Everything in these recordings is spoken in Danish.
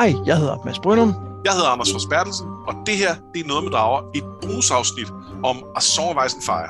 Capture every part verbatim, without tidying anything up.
Hej, jeg hedder Mads Brynum. Jeg hedder Anders Fors Bertelsen, og det her, det er Noget med Drager, et bonusafsnit om A Song of Ice and Fire.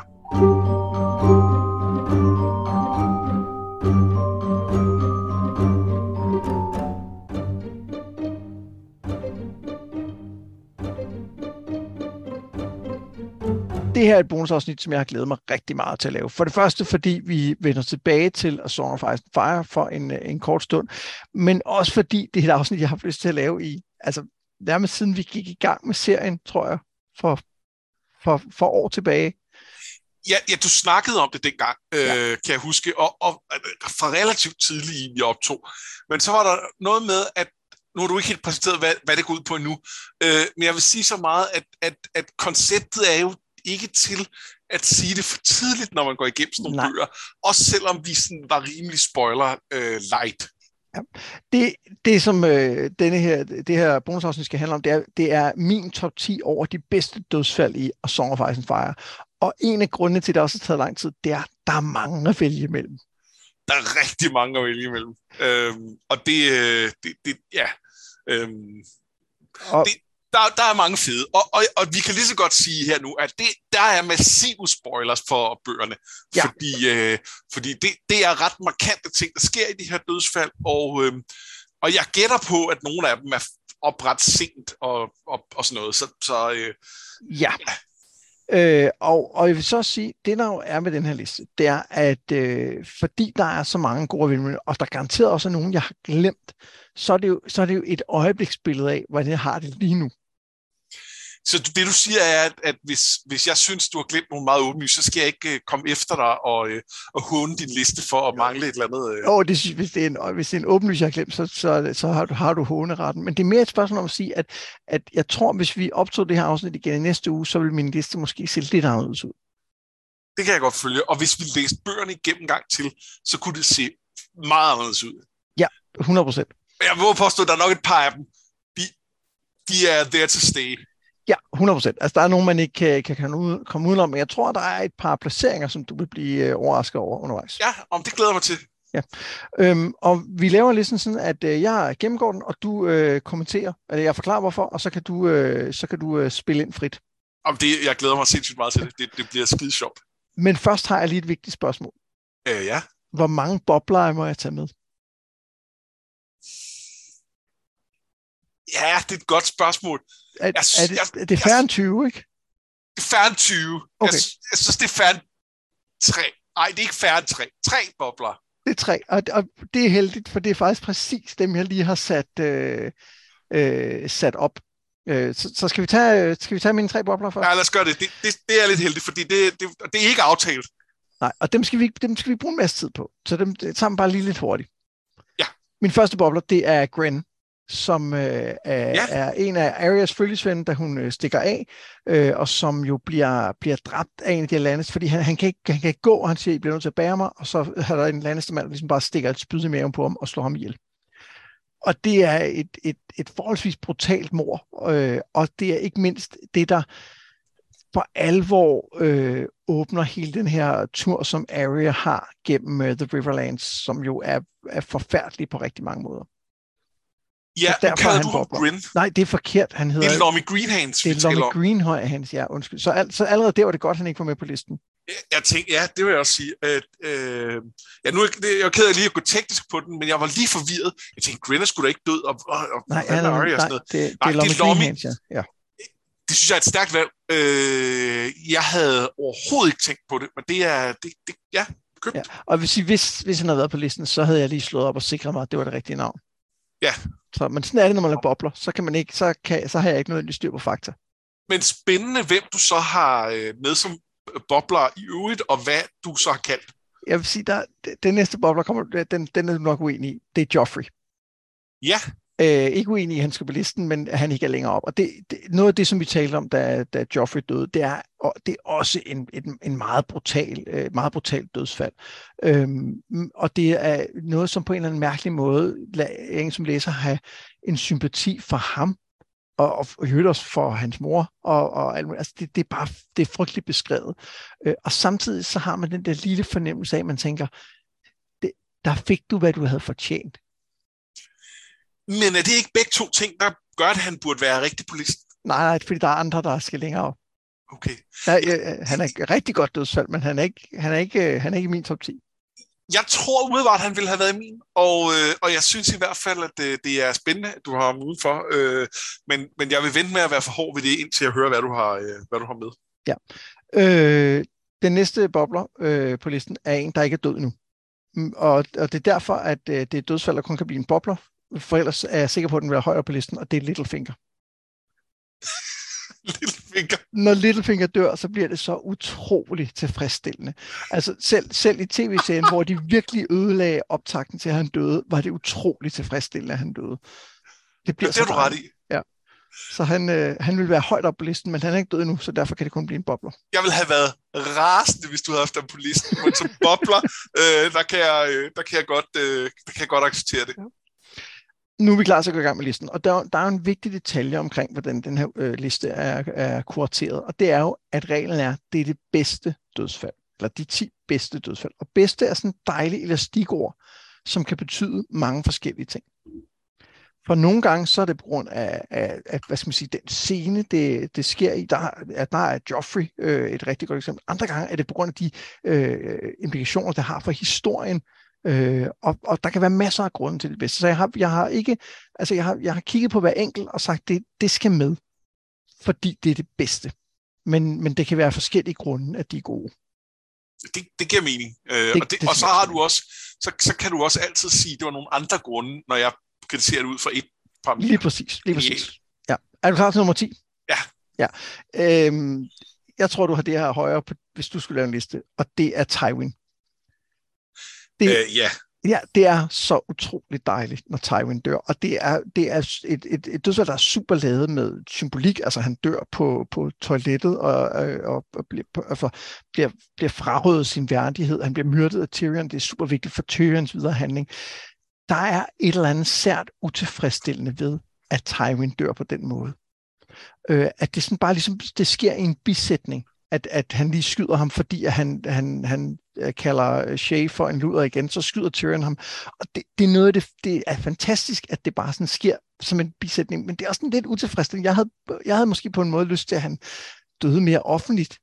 Det her er et bonusafsnit, som jeg har glædet mig rigtig meget til at lave. For det første, fordi vi vender tilbage til A Song of Ice and Fire for en, en kort stund, men også fordi det er et afsnit, jeg har haft lyst til at lave i, altså nærmest siden vi gik i gang med serien, tror jeg, for, for, for år tilbage. Ja, ja, du snakkede om det dengang, øh, ja. kan jeg huske, og, og fra relativt tidligt i vi optog. Men så var der noget med, at nu har du ikke helt præsenteret, hvad, hvad det går ud på endnu, øh, men jeg vil sige så meget, at, at, at konceptet er jo ikke til at sige det for tidligt, når man går igennem sådan nogle Nej. bøger, også selvom vi sådan var rimelig spoiler øh, light. Ja. Det, det som øh, denne her, det her bonusafsnit skal handle om, det er, det er min top ti over de bedste dødsfald i A Song of Ice and Fire. Og en af grundene til, at det også har taget lang tid, det er, der er mange at vælge imellem. Der er rigtig mange at vælge imellem. Øhm, og det, det, det ja... Øhm, og det, Der, der er mange fede, og, og, og vi kan lige så godt sige her nu, at det, der er massive spoilers for bøgerne, ja. fordi, øh, fordi det, det er ret markante ting, der sker i de her dødsfald, og, øh, og jeg gætter på, at nogle af dem er opret sent og, og, og sådan noget. Så, så, øh, ja, ja. Øh, og, og jeg vil så sige, det der jo er med den her liste, det er, at øh, fordi der er så mange gode vindmøller, og der garanteret også er nogen, jeg har glemt, så er det jo, så er det jo et øjebliksbillede af, hvordan jeg har det lige nu. Så det, du siger, er, at, at hvis, hvis jeg synes, du har glemt nogle meget åbenlyse, så skal jeg ikke uh, komme efter dig og, uh, og håne din liste for at mangle et eller andet. Jo, uh... det, hvis, det er en, hvis det er en åbenlys, jeg har glemt, så, så, så har du, har du håneretten. Men det er mere et spørgsmål om at sige, at, at jeg tror, hvis vi optog det her afsnit igen i næste uge, så vil min liste måske se lidt anderledes ud. Det kan jeg godt følge. Og hvis vi læste bøgerne igennem en gang til, så kunne det se meget anderledes ud. Ja, hundrede procent. Men jeg må påstå, at der er nok et par af dem. De, de er there to stay. Ja, hundrede procent. Altså, der er nogen, man ikke kan, kan, kan ud, komme udenom, men jeg tror, der er et par placeringer, som du vil blive øh, overrasket over undervejs. Ja, om det glæder mig til. Ja, øhm, og vi laver listen sådan, at øh, jeg gennemgår den, og du øh, kommenterer, eller jeg forklarer hvorfor, og så kan du, øh, så kan du øh, spille ind frit. Om det, jeg glæder mig sindssygt meget til det. Det, det bliver skide sjovt. Men først har jeg lige et vigtigt spørgsmål. Øh, ja. Hvor mange bobler må jeg tage med? Ja, det er et godt spørgsmål. Er, jeg, er det, jeg, det er færre end tyve, ikke? Det er færre end tyve. Okay. Jeg, jeg synes, det er færre end tre. Nej, det er ikke færre end tre. Tre bobler. Det er tre, og, og det er heldigt, for det er faktisk præcis dem, jeg lige har sat, øh, øh, sat op. Øh, så, så skal vi tage, skal vi tage mine tre bobler først? Ja, lad os gøre det. Det, det, det er lidt heldigt, fordi det, det, det er ikke aftalt. Nej, og dem skal vi, dem skal vi bruge en masse tid på. Så dem tager vi bare lige lidt hurtigt. Ja. Min første bobler, det er Gren, som øh, er, ja. er en af Arias følgesvende, da hun øh, stikker af, øh, og som jo bliver, bliver dræbt af en af de her landes, fordi han, han, kan ikke, han kan ikke gå, og han siger, I bliver nødt til at bære mig, og så har der en landestemand, der ligesom bare stikker et spyd i maven på ham og slår ham ihjel. Og det er et, et, et forholdsvis brutalt mord, øh, og det er ikke mindst det, der for alvor øh, åbner hele den her tur, som Arya har gennem uh, The Riverlands, som jo er, er forfærdelig på rigtig mange måder. Ja, men kalder du ham Grin? Nej, det er forkert. Han hedder, det er Lommy Greenhands, det er Lommy Greenhands, ja, undskyld. Så, al, så allerede der var det godt, han ikke var med på listen. Jeg, jeg tænkte, ja, det vil jeg også sige. At, øh, ja, nu er jeg, jeg ked af lige at gå teknisk på den, men jeg var lige forvirret. Jeg tænkte, Grin er sgu da ikke død, og, og, og nej, ja, nej, nej, det, nej, det er Lommy Greenhands, ja. ja. Det synes jeg er et stærkt valg. Øh, jeg havde overhovedet ikke tænkt på det, men det er, det, det, ja, købt. Ja. Og hvis, hvis, hvis han havde været på listen, så havde jeg lige slået op og sikret mig, at det var det rigtige navn. Ja. Så, men sådan er det, når man laver bobler. Så, kan man ikke, så, kan, så har jeg ikke noget styr på fakta. Men spændende, hvem du så har med som bobler i øvrigt, og hvad du så har kaldt. Jeg vil sige, der, den næste bobler, kommer, den, den er du nok uenig i. Det er Joffrey. Ja. Øh, ikke uenig i, at han skal på listen, men han ikke er længere op. Og det, det, noget af det, som vi talte om, da, da Joffrey døde, det er, og det er også en, en, en meget brutal, øh, meget brutal dødsfald. Øhm, og det er noget, som på en eller anden mærkelig måde, en som læser har en sympati for ham, og, og, og hørt også for hans mor, og, og altså det, det er bare, det er frygteligt beskrevet. Øh, og samtidig så har man den der lille fornemmelse af, at man tænker, det, der fik du, hvad du havde fortjent. Men er det ikke begge to ting, der gør, at han burde være rigtig på listen? Nej, nej, fordi der er andre, der skal længere op. Okay. Ja, ja, han er et rigtig godt dødsfald, men han er ikke, han er ikke, han er ikke i min top ti. Jeg tror umiddelbart, at han ville have været i min, og, øh, og jeg synes i hvert fald, at det, det er spændende, at du har ham udenfor. Øh, men, men jeg vil vente med at være for hård ved det, indtil jeg hører, hvad du har, øh, hvad du har med. Ja. Øh, den næste bobler øh, på listen er en, der ikke er død nu. Og, og det er derfor, at øh, det er et dødsfald, der kun kan blive en bobler. For ellers er jeg sikker på, at den vil være højere på listen, og det er Littlefinger. Littlefinger. Når Littlefinger dør, så bliver det så utroligt tilfredsstillende. Altså selv, selv i tv-serien, hvor de virkelig ødelagde optakten til, at han døde, var det utroligt tilfredsstillende, at han døde. Det bliver ja, det er du ret i. Ja. Så han, øh, han vil være højt op på listen, men han er ikke død endnu, så derfor kan det kun blive en bobler. Jeg ville have været rasende, hvis du havde haft ham på listen, men som bobler, øh, der, kan jeg, der, kan jeg godt, øh, der kan jeg godt acceptere det. Ja. Nu er vi klar til at gå i gang med listen, og der, der er en vigtig detalje omkring, hvordan den her øh, liste er, er kurateret, og det er jo, at reglen er, det er det bedste dødsfald, eller de ti bedste dødsfald. Og bedste er sådan et dejligt elastikord, som kan betyde mange forskellige ting. For nogle gange, så er det på grund af, af, af hvad skal man sige, den scene, det, det sker i. Der, at der er Joffrey øh, et rigtig godt eksempel. Andre gange er det på grund af de øh, implikationer, det har for historien. Øh, og, og der kan være masser af grunde til det bedste. Så jeg har, jeg har ikke, altså jeg har, jeg har kigget på hver enkelt og sagt, det, det skal med, fordi det er det bedste. Men, men det kan være forskellige grunde, at de er gode. Det, det giver mening. Øh, det, og, det, det og så har du også, så, så kan du også altid sige, at det var nogle andre grunde, når jeg kritiserer det ud fra et par Lige præcis. Lige præcis. Ja. Er du klar til nummer ti? Ja. Ja. Øhm, jeg tror, du har det her højere, på, hvis du skulle lave en liste, og det er Tywin. Det, øh, ja. Ja, det er så utroligt dejligt, når Tywin dør, og det er, det er et, et, et dødsfald, der er super lavet med symbolik, altså han dør på, på toilettet og, og, og bliver, altså, bliver, bliver frarøvet sin værdighed, han bliver myrdet af Tyrion, det er super vigtigt for Tyrions videre handling. Der er et eller andet sært utilfredsstillende ved, at Tywin dør på den måde. Øh, at det sådan bare ligesom, det sker i en bisætning, at, at han lige skyder ham, fordi at han, han, han kalder Shay for en luder igen, så skyder Tyrion ham. Og det, det er noget af det, det er fantastisk, at det bare sådan sker som en bisætning, men det er også sådan lidt utilfredsstillende. Jeg havde, jeg havde måske på en måde lyst til, at han døde mere offentligt.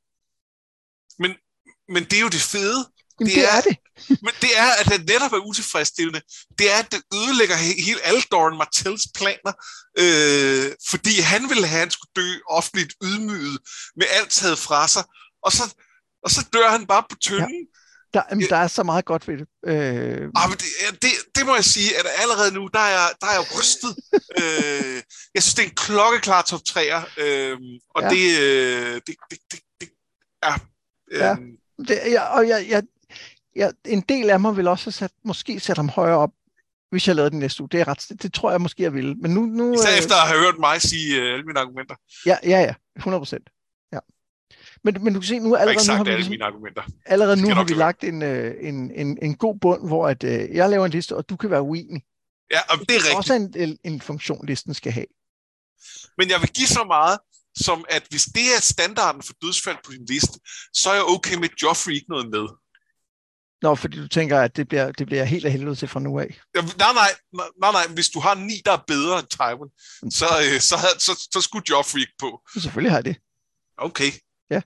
Men, men det er jo det fede. Jamen, det, det er, er det. Men det er, at det netop er utilfredsstillende. Det er, at det ødelægger hele Aldoran Martells planer, øh, fordi han ville have, at han skulle dø offentligt ydmyget, med alt taget fra sig, og så, og så dør han bare på tynden. Ja. Der, jamen, der er så meget godt ved det. Øh... Ah, men det, det. Det må jeg sige, at allerede nu, der er jeg, der er jeg rystet. øh, jeg synes, det er en klokkeklar top treer, øh, og ja. det, øh, det, det, det, det er... Øh, ja. Det, ja, og jeg... jeg Ja, en del af mig vil også have sat, måske sætte ham højere op, hvis jeg lavede den næste uge. Det er ret, det, det tror jeg måske, jeg vil. Men nu, nu, Især øh... efter at have hørt mig sige øh, alle mine argumenter. Ja, ja, ja. hundrede procent. Ja. Men, men du kan se, nu allerede nu har vi, alle mine argumenter. Allerede nu har vi lagt en, en, en, en god bund, hvor at, øh, jeg laver en liste, og du kan være uenig. Ja, og det er rigtigt. Også en, en, en funktion, listen skal have. Men jeg vil give så meget, som at hvis det er standarden for dødsfald på din liste, så er jeg okay med Joffrey ikke noget med. Nå, fordi du tænker, at det bliver, det bliver helt af helvede til fra nu af. Ja, nej, nej, nej, nej. Hvis du har ni, der er bedre end Tywin, så, øh, så, havde, så, så skulle Joffrey ikke på. Selvfølgelig har jeg det. Okay. Ja.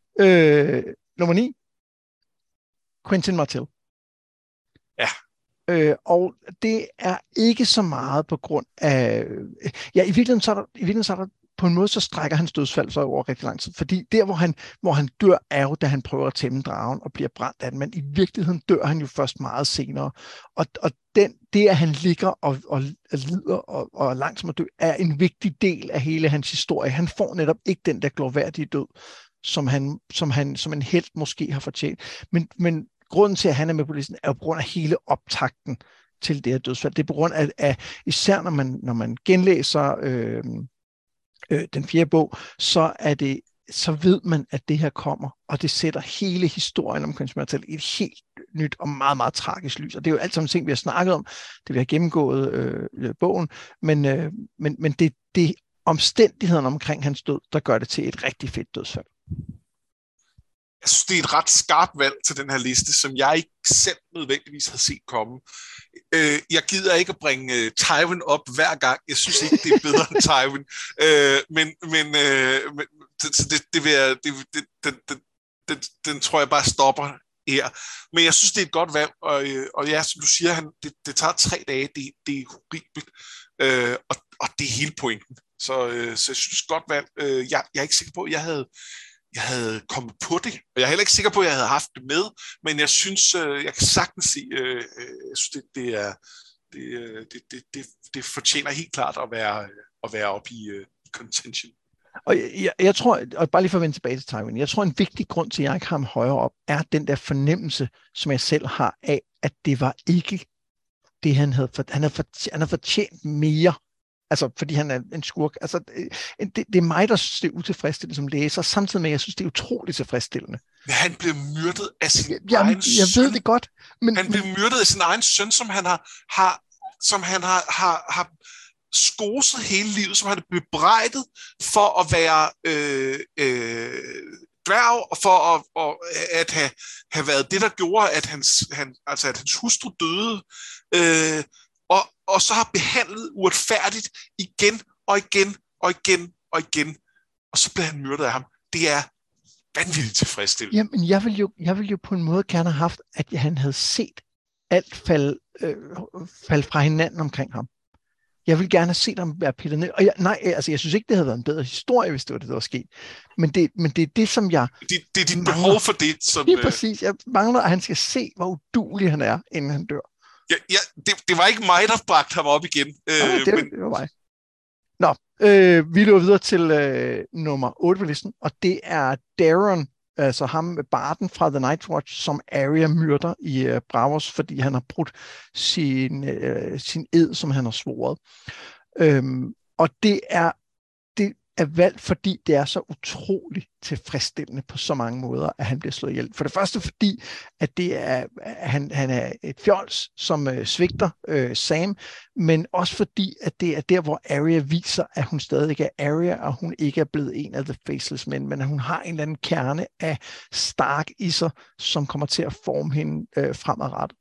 Øh, nummer ni. Quentyn Martell. Ja. Øh, og det er ikke så meget på grund af... Ja, i virkeligheden så er der, i virkeligheden så er der på en måde så strækker hans dødsfald så over rigtig lang tid. Fordi der, hvor han, hvor han dør, er jo, da han prøver at tæmme dragen og bliver brændt af den. Men i virkeligheden dør han jo først meget senere. Og, og den, det, at han ligger og, og lider og, og langsomt dø, er en vigtig del af hele hans historie. Han får netop ikke den der glorværdige død, som, han, som, han, som en helt måske har fortjent. Men, men grunden til, at han er med på listen, er jo på grund af hele optakten til det her dødsfald. Det er på grund af, af især når man, når man genlæser... Øh, den fjerde bog, så er det, så ved man, at det her kommer, og det sætter hele historien om Quentyn Martell i et helt nyt og meget, meget tragisk lys. Og det er jo alt sammen ting, vi har snakket om, det vi har gennemgået øh, bogen, men, øh, men, men det er det omstændighederne omkring hans død, der gør det til et rigtig fedt dødsfald. Jeg synes, det er et ret skarpt valg til den her liste, som jeg ikke selv nødvendigvis havde set komme. Øh, jeg gider ikke at bringe øh, Tywin op hver gang. Jeg synes ikke, det er bedre end Tywin. Øh, men men, øh, men det, det, det vil jeg, det, det, det, det, det, den tror jeg bare stopper her. Men jeg synes, det er et godt valg. Og, og ja, som du siger, han, det, det tager tre dage. Det, det er horribelt. Øh, og, og det er hele pointen. Så, øh, så jeg synes, godt valg. Øh, jeg, jeg er ikke sikker på, at jeg havde... jeg havde kommet på det, og jeg er heller ikke sikker på, at jeg havde haft det med, men jeg synes, jeg kan sagtens sige, jeg synes, det, det, er, det, det, det, det, det fortjener helt klart at være, at være oppe i, i contention. Og jeg, jeg tror, og bare lige for at vende tilbage til Tywin, jeg tror, en vigtig grund til, at jeg ikke har ham højere op, er den der fornemmelse, som jeg selv har af, at det var ikke det, han havde, for, han havde, fortjent, han havde fortjent mere. Altså, fordi han er en skurk. Altså, det, det er mig, der synes, det er utilfredsstillende som læser, samtidig med, at jeg synes, det er utroligt tilfredsstillende. Men han blev myrdet af sin jeg, egen jeg søn. Jeg ved det godt. Men, han blev myrdet af sin egen søn, som han har, har, som han har, har, har skoset hele livet, som han er bebrejdet for at være øh, øh, dværg, og for at, og, at have, have været det, der gjorde, at hans, han, altså, at hans hustru døde. Øh, Og, og så har behandlet uretfærdigt igen og igen og igen og igen. Og så bliver han myrdet af ham. Det er vanvittigt tilfredsstillende. Jamen, jeg vil jo, jeg vil jo på en måde gerne have haft, at han havde set alt falde øh, fald fra hinanden omkring ham. Jeg vil gerne have set ham være pillet ned. Og jeg, nej, altså, jeg synes ikke, det havde været en bedre historie, hvis det var det, der var sket. Men det, men det er det, som jeg... Det, det er dit mangler. Behov for det, som... Lige præcis. Jeg mangler, at han skal se, hvor uduelig han er, inden han dør. Ja, ja, det, det var ikke mig, der bragte ham op igen. Nej, det, men... det var mig. Nå, øh, vi løber videre til øh, nummer otte på listen, og det er Daron, altså ham barden fra The Night's Watch, som Arya myrder i øh, Braavos, fordi han har brudt sin, øh, sin ed, som han har svoret. Øhm, og det er, det er valgt, fordi det er så utroligt tilfredsstillende på så mange måder, at han bliver slået ihjel. For det første fordi, at det er, han, han er et fjols, som øh, svigter øh, Sam, men også fordi, at det er der, hvor Arya viser, at hun stadig er Arya, og hun ikke er blevet en af The Faceless Men, men at hun har en eller anden kerne af Stark i sig, som kommer til at forme hende øh, fremadrettet.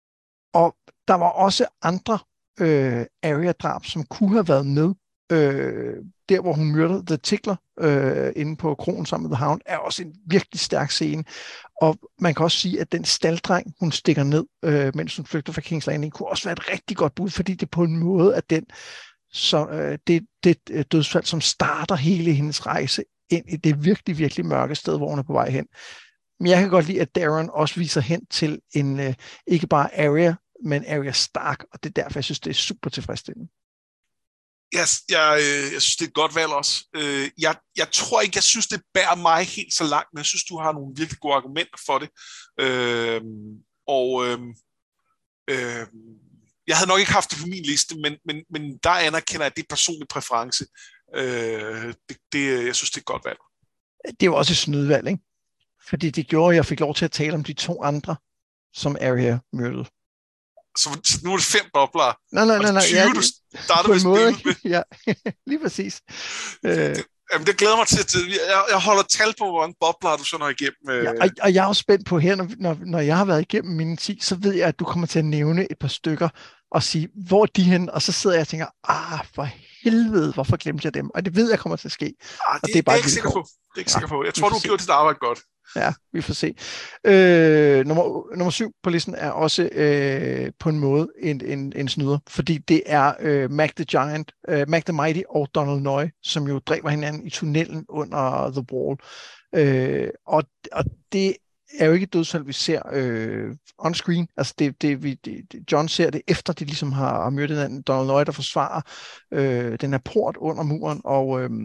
Og der var også andre øh, Arya-drab, som kunne have været med. Øh, der, hvor hun myrdede The Tickler øh, inde på kronen sammen med The Hound, er også en virkelig stærk scene. Og man kan også sige, at den staldreng, hun stikker ned, øh, mens hun flygter fra King's Landing, kunne også være et rigtig godt bud, fordi det på en måde er den, så, øh, det, det dødsfald, som starter hele hendes rejse ind i det virkelig, virkelig mørke sted, hvor hun er på vej hen. Men jeg kan godt lide, at Daron også viser hen til en, øh, ikke bare Arya, men Arya Stark, og det er derfor, jeg synes, det er super tilfredsstillende. Jeg, jeg, jeg synes, det er et godt valg også. Jeg, jeg tror ikke, jeg synes, det bærer mig helt så langt, men jeg synes, du har nogle virkelig gode argumenter for det. Øh, og øh, øh, jeg havde nok ikke haft det på min liste, men, men, men der anerkender jeg, at det er personlig præference. Øh, det, det, jeg synes, det er et godt valg. Det var også et snydvalg, ikke? Fordi det gjorde, at jeg fik lov til at tale om de to andre, som Arya myrdede. Så nu er det fem bobler. Nej, nej, nej. nej. tyve, ja, du starter med måde, ja, lige præcis. Det, jamen, det glæder mig til. til jeg, jeg holder tal på, hvor mange bobler du så når igennem. Ja, og, og jeg er jo spændt på her, når, når, når jeg har været igennem mine ti, så ved jeg, at du kommer til at nævne et par stykker og sige, hvor er de hen? Og så sidder jeg og tænker, ah, for helvede, hvorfor glemte jeg dem? Og det ved jeg kommer til at ske. Ah, det, og det er bare det er ikke sikker på. Det er ikke ja, sikker på. Jeg tror, du har gjort dit arbejde godt. Ja, vi får se. Øh, nummer, nummer syv på listen er også øh, på en måde en, en, en snyder, fordi det er øh, Mac the Giant, øh, Mac the Mighty og Donald Noye, som jo dræber hinanden i tunnelen under The Wall. Øh, og, og det er jo ikke et dødsfald, vi ser øh, on-screen. Altså det, det, vi, det, John ser det efter, de ligesom har, har myrdet hinanden. Donald Noye, der forsvarer øh, den her port under muren, og øh,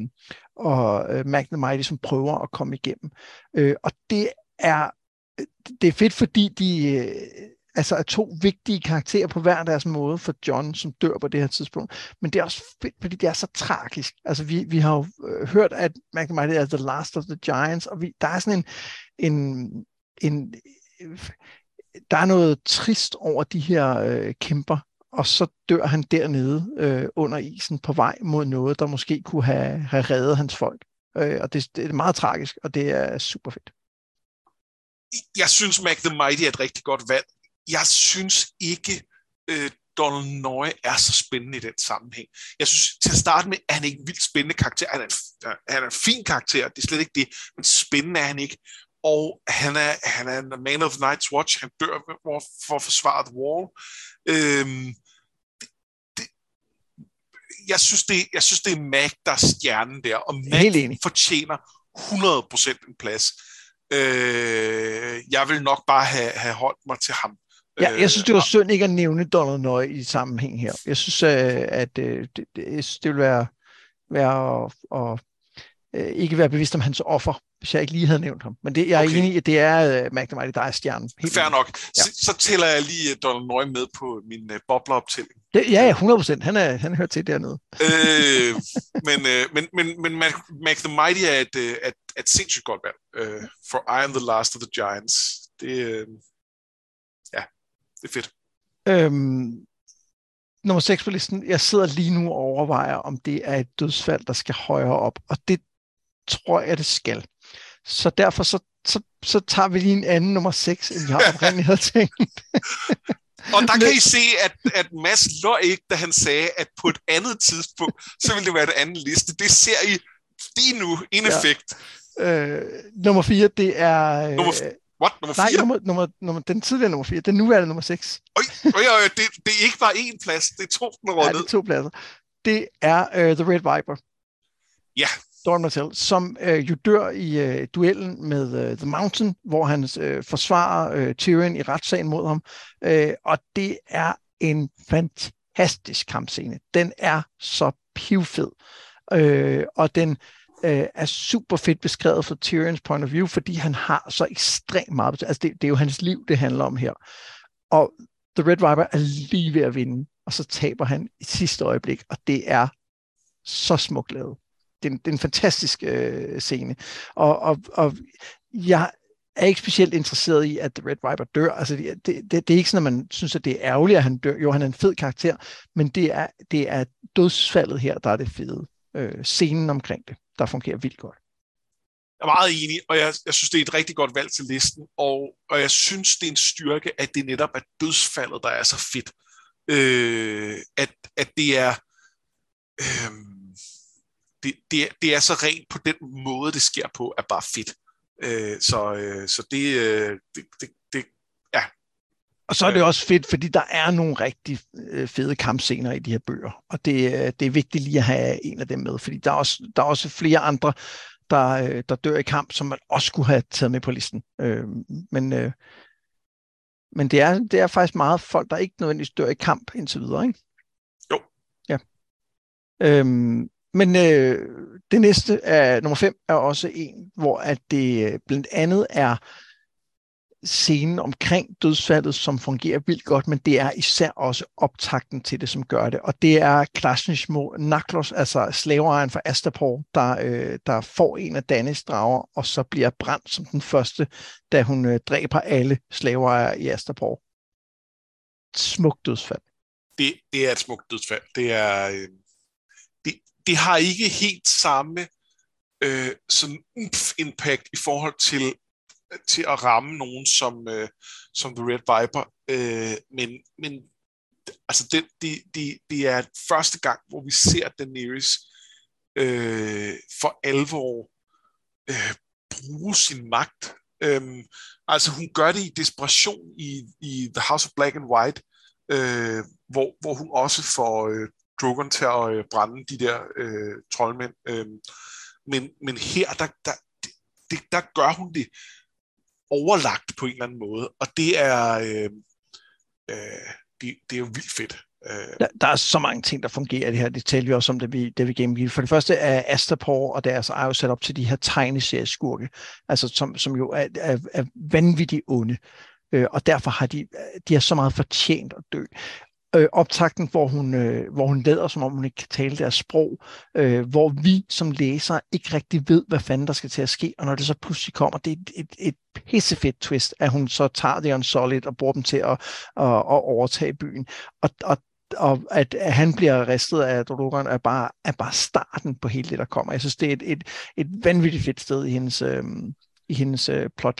og øh, Mac the Mighty, som prøver at komme igennem. Øh, og det er, det er fedt, fordi de øh, altså er to vigtige karakterer på hver deres måde for John, som dør på det her tidspunkt. Men det er også fedt, fordi det er så tragisk. Altså vi, vi har jo øh, hørt, at Mac the Mighty er the last of the giants, og vi, der er sådan en, en, en øh, der er noget trist over de her øh, kæmper, og så dør han dernede øh, under isen på vej mod noget, der måske kunne have, have reddet hans folk. Øh, og det, det er meget tragisk, og det er super fedt. jeg synes, Mac the Mighty er et rigtig godt valg. Jeg synes ikke, øh, Donald Noye er så spændende i den sammenhæng. Jeg synes, til at starte med, er han ikke en vildt spændende karakter. Han er en, han er en fin karakter, det er slet ikke det, men spændende er han ikke. Og han er, han er en man of the Night's Watch. Han dør for at forsvare The Wall. Øhm, det, det, jeg, synes, det, jeg synes, det er Mac, der er stjernen der, og Mac fortjener hundrede procent en plads. Øh, jeg vil nok bare have, have holdt mig til ham. Ja, jeg synes, det var synd ikke at nævne Donald Noye i sammenhæng her. Jeg synes, at det, det, det vil være, være at, at ikke være bevidst om hans offer, hvis jeg ikke lige havde nævnt ham. Men det, jeg er okay. enig i, at det er Mac the Mighty, der er stjernen. Helt fair nok. Ja. Så, så tæller jeg lige Donald Noye med på min uh, bobleoptælling. Det, ja, ja, hundrede procent. Han er, han hører til dernede. øh, men, øh, men, men, men Mac, Mac the Mighty er et, et, et sindssygt godt valg. Uh, for I am the last of the giants. Det, uh, ja, det er fedt. Øhm, nummer seks på listen. Jeg sidder lige nu og overvejer, om det er et dødsfald, der skal højere op. Og det tror jeg, det skal. Så derfor så, så, så tager vi lige en anden nummer seks, end jeg oprindeligt havde tænkt. Og der kan I se, at, at Mads løg ikke, da han sagde, at på et andet tidspunkt, så ville det være et andet liste. Det ser I lige nu, en ja. effekt. Øh, nummer fire, det er... Øh, nummer, what? Nummer fire? Nej, nummer, nummer, nummer, den tidligere nummer fire. Den nuværende nummer seks. Øj, øj, øj, det, det er ikke bare én plads, det er to, den er ja, det er to pladser. Det er uh, The Red Viper. Ja. Doran Martell, som øh, jo dør i øh, duellen med øh, The Mountain, hvor han øh, forsvarer øh, Tyrion i retssagen mod ham. Øh, og det er en fantastisk kampscene. Den er så pivfed. Øh, og den øh, er super fedt beskrevet fra Tyrions point of view, fordi han har så ekstremt meget. Altså det, det er jo hans liv, det handler om her. Og The Red Viper er lige ved at vinde, og så taber han i sidste øjeblik, og det er så smukt lavet. Det er en, det er en fantastisk øh, scene. Og, og, og jeg er ikke specielt interesseret i, at The Red Viper dør. Altså, det, det, det er ikke sådan, at man synes, at det er ærgerligt, at han dør. Jo, han er en fed karakter, men det er, det er dødsfaldet her, der er det fede. Øh, scenen omkring det, der fungerer vildt godt. Jeg er meget enig, og jeg, jeg synes, det er et rigtig godt valg til listen, og, og jeg synes, det er en styrke, at det netop er dødsfaldet, der er så fedt. Øh, at, at det er... Øh, Det, det, det er så rent på den måde, det sker på, er bare fedt. Øh, så, øh, så det, øh, det, det, det, ja. Og så er det også fedt, fordi der er nogle rigtig øh, fede kampscener i de her bøger, og det, det er vigtigt lige at have en af dem med, fordi der er også, der er også flere andre, der, øh, der dør i kamp, som man også skulle have taget med på listen. Øh, men øh, men det, er, det er faktisk meget folk, der ikke nødvendigvis dør i kamp indtil videre, ikke? Jo. Ja. Øhm, Men øh, det næste, er, nummer fem, er også en, hvor at det blandt andet er scenen omkring dødsfaldet, som fungerer vildt godt, men det er især også optakten til det, som gør det. Og det er Klasnish Naklos, altså slaveejeren fra Astapor, der, øh, der får en af Dannys drager, og så bliver brændt som den første, da hun øh, dræber alle slaveejere i Astapor. Smukt dødsfald. Det, det er et smukt dødsfald. Det er... Øh... Det har ikke helt samme øh, sådan umf impact i forhold til, til at ramme nogen som, øh, som The Red Viper. Øh, men men altså det, det, det, det er første gang, hvor vi ser Daenerys øh, for alvor øh, bruge sin magt. Øh, altså hun gør det i desperation i, i The House of Black and White, øh, hvor, hvor hun også får... Øh, Drogon til at øh, brænde de der øh, troldmænd. Øh, men, men her, der, der, det, der gør hun det overlagt på en eller anden måde. Og det er, øh, øh, det, det er jo vildt fedt. Øh. Der, der er så mange ting, der fungerer i det her. Det talte vi også om, da vi, da vi gennemgik. For det første er Astapor og deres er jo sat op til de her tegneserieskurke, altså som, som jo er, er, er vanvittigt onde. Øh, og derfor har de, de har så meget fortjent at dø. Øh, optakten, hvor hun, øh, hvor hun lader, som om hun ikke kan tale deres sprog, øh, hvor vi som læsere ikke rigtig ved, hvad fanden der skal til at ske, og når det så pludselig kommer, det er et, et, et pissefedt twist, at hun så tager The Unsullied og bruger dem til at, at, at overtage byen, og, og, og at, at han bliver arrestet af Drogon er bare, er bare starten på hele det, der kommer. Jeg synes, det er et, et, et vanvittigt fedt sted i hendes, øh, i hendes øh, plot,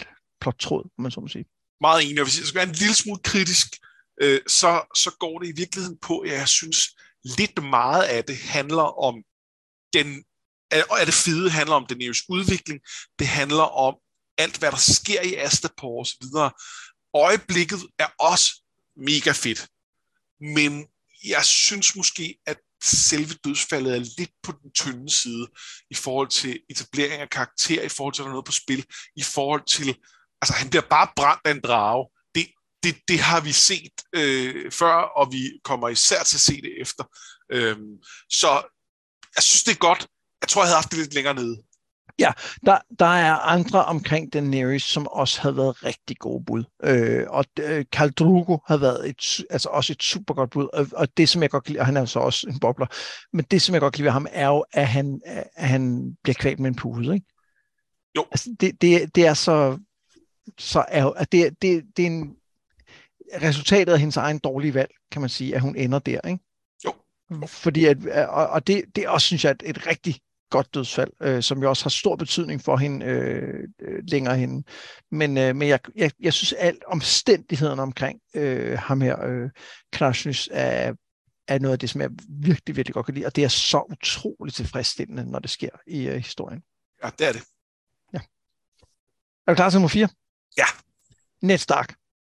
plottråd, om man så må sige. Meget enig, og hvis jeg skal være en lille smule kritisk, øh, så, så går det i virkeligheden på, at jeg synes, lidt meget af det handler om den, og af det fede handler om Daenerys udvikling, det handler om alt, hvad der sker i Astapor og så videre. Øjeblikket er også mega fedt, men jeg synes måske, at selve dødsfaldet er lidt på den tynde side i forhold til etablering af karakter, i forhold til, at der er noget på spil, i forhold til, altså han bliver bare brændt af en drage. Det, det, det har vi set øh, før, og vi kommer især til at se det efter. Øhm, så jeg synes, det er godt. Jeg tror, jeg havde haft det lidt længere nede. Ja, der, der er andre omkring Daenerys, som også havde været rigtig gode bud. Øh, og øh, Khal Drogo havde været et, altså også et super godt bud. Og, og det, som jeg godt kan lide, og han er jo så også en bobler, men det, som jeg godt kan lide ved ham, er jo, at han, at han bliver kvalt med en pude, ikke? Jo. Altså, det, det, det er så... så er, at det, det, det er en resultatet af hendes egen dårlige valg, kan man sige, at hun ender der, ikke? Jo. Fordi at, og, og det, det også, synes jeg, et, et rigtig godt dødsfald, øh, som jo også har stor betydning for hende øh, øh, længere henne. Men, øh, men jeg, jeg, jeg synes, alt omstændighederne omkring øh, ham her, øh, Knashnys, er, er noget af det, som jeg virkelig, virkelig godt kan lide, og det er så utroligt tilfredsstillende, når det sker i øh, historien. Ja, det er det. Ja. Er du klar til nummer fire? Ja. Ned Stark.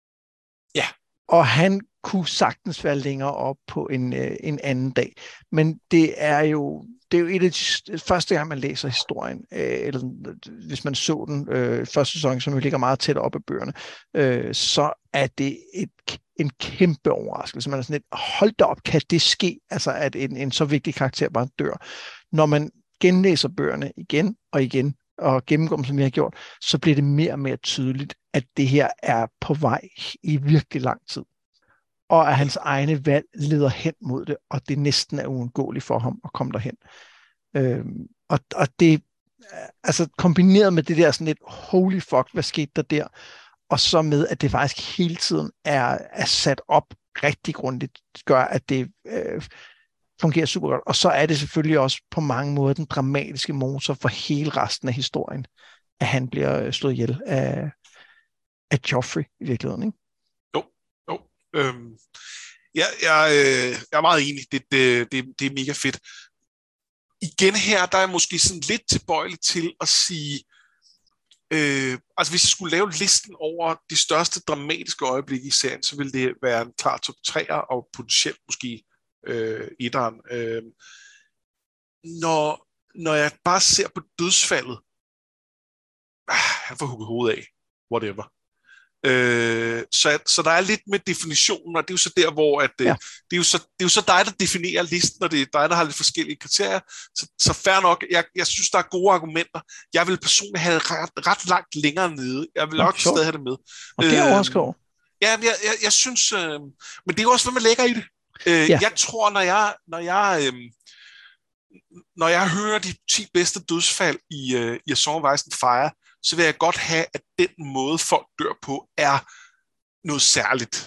Ja. Og han kunne sagtens være længere op på en, øh, en anden dag. Men det er jo det er jo et af de første gang, man læser historien, øh, eller hvis man så den øh, første sæson, som jo ligger meget tæt op ad bøgerne, øh, så er det et, en kæmpe overraskelse. Man er sådan lidt, hold da op, kan det ske? Altså, at en, en så vigtig karakter bare dør. Når man genlæser bøgerne igen og igen, og gennemgår dem, som vi har gjort, så bliver det mere og mere tydeligt, at det her er på vej i virkelig lang tid. Og at hans egne valg leder hen mod det, og det næsten er uundgåeligt for ham at komme derhen. Øhm, og, og det, altså kombineret med det der sådan lidt, holy fuck, hvad skete der der? Og så med, at det faktisk hele tiden er, er sat op rigtig grundigt, gør, at det øh, fungerer super godt. Og så er det selvfølgelig også på mange måder den dramatiske motor for hele resten af historien, at han bliver slået ihjel af, af Joffrey i virkeligheden, ikke? Jo, jo. Øhm, ja, jeg, øh, jeg er meget enig. Det, det, det, det er mega fedt. Igen her, der er jeg måske sådan lidt tilbøjelig til at sige, øh, altså hvis jeg skulle lave listen over de største dramatiske øjeblikke i serien, så ville det være en klar top treer og potentielt måske øh, etteren. Øh, når, når jeg bare ser på dødsfaldet, ah, han får hugget hovedet af, whatever. Øh, så, så der er lidt med definitionen, og det er jo så der, hvor at, ja. det, er jo så, det er jo så dig, der definerer listen, og det er dig, der har lidt forskellige kriterier. Så, så fair nok, jeg, jeg synes, der er gode argumenter. Jeg vil personligt have ret, ret langt længere nede. Jeg vil nok stadig have det med. Og det er overskår. Ja, jeg, jeg, jeg synes, øh, men det er jo også, hvad man lægger i det. Øh, ja. Jeg tror, når jeg, når jeg, øh, når jeg hører de ti bedste dødsfald i, øh, i A Song of Ice and Fire, så vil jeg godt have, at den måde, folk dør på, er noget særligt.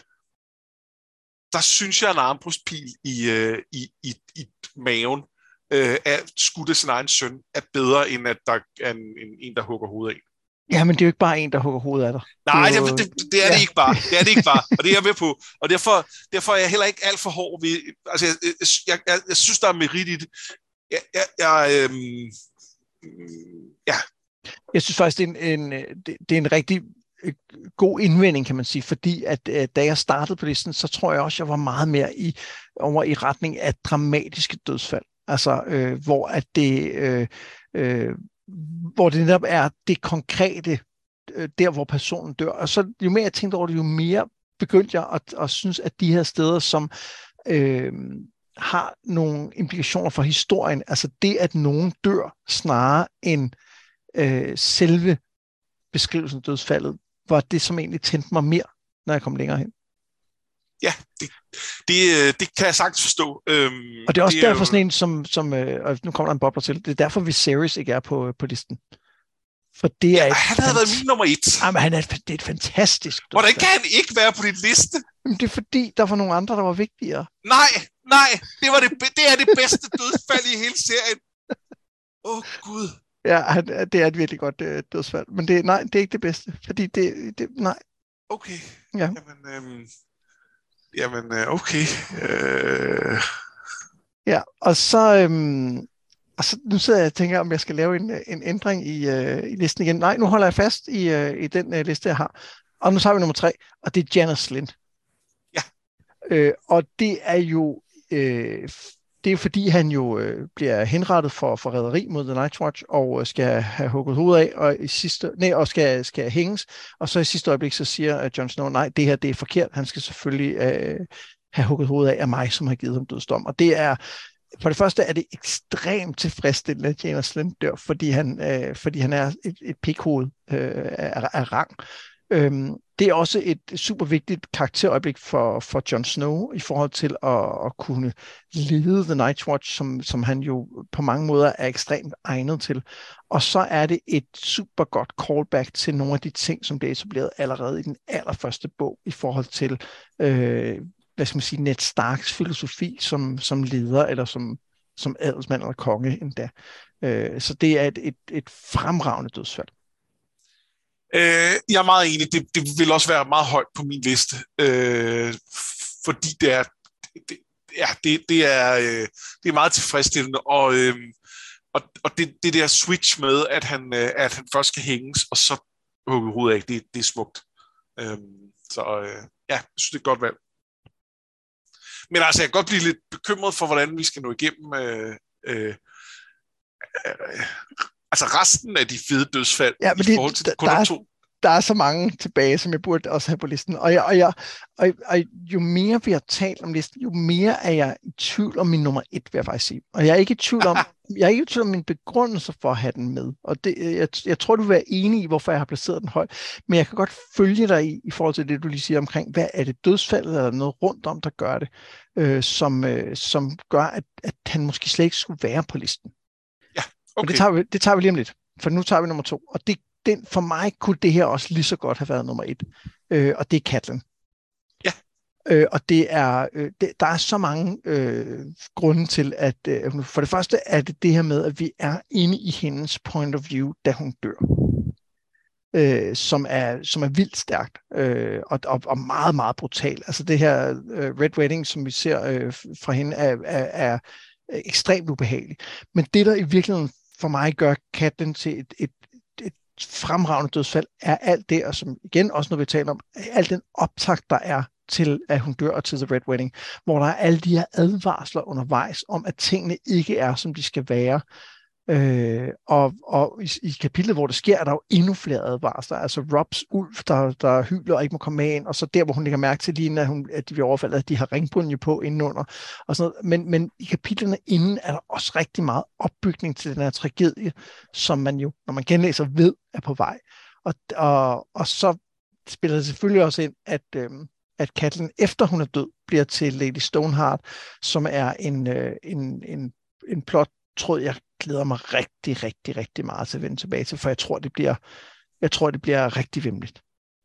Der synes jeg, at en armbrystpil i, øh, i, i, i maven øh, af skudt af sin egen søn er bedre, end at der er en, en, en der hugger hovedet af. Ja, men det er jo ikke bare en, der hugger hovedet af dig. Nej, det er, det, det, det er ja. det ikke bare. Det er det ikke bare, og det er jeg med på. Og derfor, derfor er jeg heller ikke alt for hård ved... Altså, jeg, jeg, jeg, jeg synes, der er merit i det. Jeg, jeg, jeg, øhm, ja... Jeg synes faktisk, det er en, en, det er en rigtig god indvending, kan man sige, fordi at da jeg startede på listen, så tror jeg også, jeg var meget mere i, over i retning af dramatiske dødsfald. Altså, øh, hvor at det, øh, øh, hvor det netop er det konkrete, øh, der hvor personen dør. Og så jo mere jeg tænkte over det, jo mere begyndte jeg at, at synes, at de her steder, som øh, har nogle implikationer for historien, altså det, at nogen dør snarere end Øh, selve beskrivelsen af dødsfaldet, var det, som egentlig tændte mig mere, når jeg kom længere hen. Ja, det, det, det kan jeg sagtens forstå. Øhm, og det er også det er derfor jo... sådan en, som, som øh, og nu kommer der en bobler til, det er derfor, Viserys ikke er på, på listen. For det er ja, et han havde fant... været min nummer et. Jamen, han er, det er et fantastisk dødsfald. Hvordan kan han ikke være på din liste? Jamen, det er fordi, der var nogle andre, der var vigtigere. Nej, nej, det, var det, det er det bedste dødsfald i hele serien. Åh, oh, Gud. Ja, han, det er et virkelig godt øh, dødsfald. Men det, nej, det er ikke det bedste. Fordi det, det nej. Okay. Ja. Jamen, øhm, jamen øh, okay. Øh... Ja, og så... Øhm, og så nu sidder jeg og tænker, om jeg skal lave en, en ændring i, øh, i listen igen. Nej, nu holder jeg fast i, øh, i den øh, liste, jeg har. Og nu tager vi nummer tre, og det er Janos Lind. Ja. Øh, og det er jo... Øh, det er jo fordi, han jo øh, bliver henrettet for forræderi mod The Night's Watch, og øh, skal have hugget hovedet af, og, i sidste, nej, og skal, skal hænges. Og så i sidste øjeblik, så siger uh, Jon Snow, nej, det her det er forkert. Han skal selvfølgelig øh, have hugget hovedet af af mig, som har givet ham dødsdom. Og det er, for det første er det ekstremt tilfredsstillende, at Janos Lind dør, fordi han, øh, fordi han er et, et pikhoved øh, af, af rang. Øhm, det er også et super vigtigt karakterøjeblik for, for Jon Snow i forhold til at, at kunne lede The Night's Watch, som, som han jo på mange måder er ekstremt egnet til. Og så er det et super godt callback til nogle af de ting, som blev etableret allerede i den allerførste bog i forhold til, øh, hvad skal man sige, Ned Starks filosofi som, som leder eller som, som adelsmand eller konge endda. Øh, så det er et, et, et fremragende dødsfald. Øh, jeg er meget enig. Det, det vil også være meget højt på min liste, øh, fordi det er, det, ja, det, det er, øh, det er meget tilfredsstillende, og, øh, og, og det, det der switch med, at han, øh, at han først skal hænges, og så hugge hovedet af, det, det er smukt. Øh, så øh, ja, jeg synes, det er et godt valg. Men altså, jeg kan godt blive lidt bekymret for, hvordan vi skal nå igennem øh, øh, øh, altså resten af de fede dødsfald, ja, men i forhold til det, kun der, er, to. der er så mange tilbage, som jeg burde også have på listen. Og, jeg, og, jeg, og, og jo mere vi har talt om listen, jo mere er jeg i tvivl om min nummer et, vil jeg faktisk sige. Og jeg er ikke i tvivl om, jeg er ikke i tvivl om min begrundelse for at have den med. Og det, jeg, jeg tror, du vil være enig i, hvorfor jeg har placeret den højt. Men jeg kan godt følge dig i, i forhold til det, du lige siger omkring, hvad er det dødsfald, eller noget rundt om, der gør det, øh, som, øh, som gør, at, at han måske slet ikke skulle være på listen. Ja, okay. Og det tager, vi, det tager vi lige om lidt, for nu tager vi nummer to. Og det, den, for mig kunne det her også lige så godt have været nummer et, øh, og det er Catelyn. Ja. Øh, og det er, øh, det, der er så mange øh, grunde til, at øh, for det første er det det her med, at vi er inde i hendes point of view, da hun dør. Øh, som, er, som er vildt stærkt øh, og, og, og meget, meget brutal. Altså det her øh, Red Wedding, som vi ser øh, fra hende, er, er, er ekstremt ubehageligt. Men det, der i virkeligheden for mig gør Catelyn til et, et, et fremragende dødsfald, er alt det, og som igen også når vi taler om, alt den optakt, der er til, at hun dør, og til The Red Wedding, hvor der er alle de her advarsler undervejs om, at tingene ikke er, som de skal være. Øh, og og i, i kapitlet, hvor det sker, er der jo endnu flere advarsler. Altså Robs ulv, der, der hyler og ikke må komme med ind, og så der, hvor hun lægger mærke til lige, at, hun, at de bliver overfaldet, at de har ringbunje på indenunder. Og sådan noget. Men, men i kapitlerne inden er der også rigtig meget opbygning til den her tragedie, som man jo, når man genlæser, ved er på vej. Og, og, og så spiller det selvfølgelig også ind, at, øhm, at Catelyn, efter hun er død, bliver til Lady Stoneheart, som er en, øh, en, en, en plot, tror jeg glæder mig rigtig, rigtig, rigtig meget til at vende tilbage til, for jeg tror, det bliver, jeg tror, det bliver rigtig vemmeligt.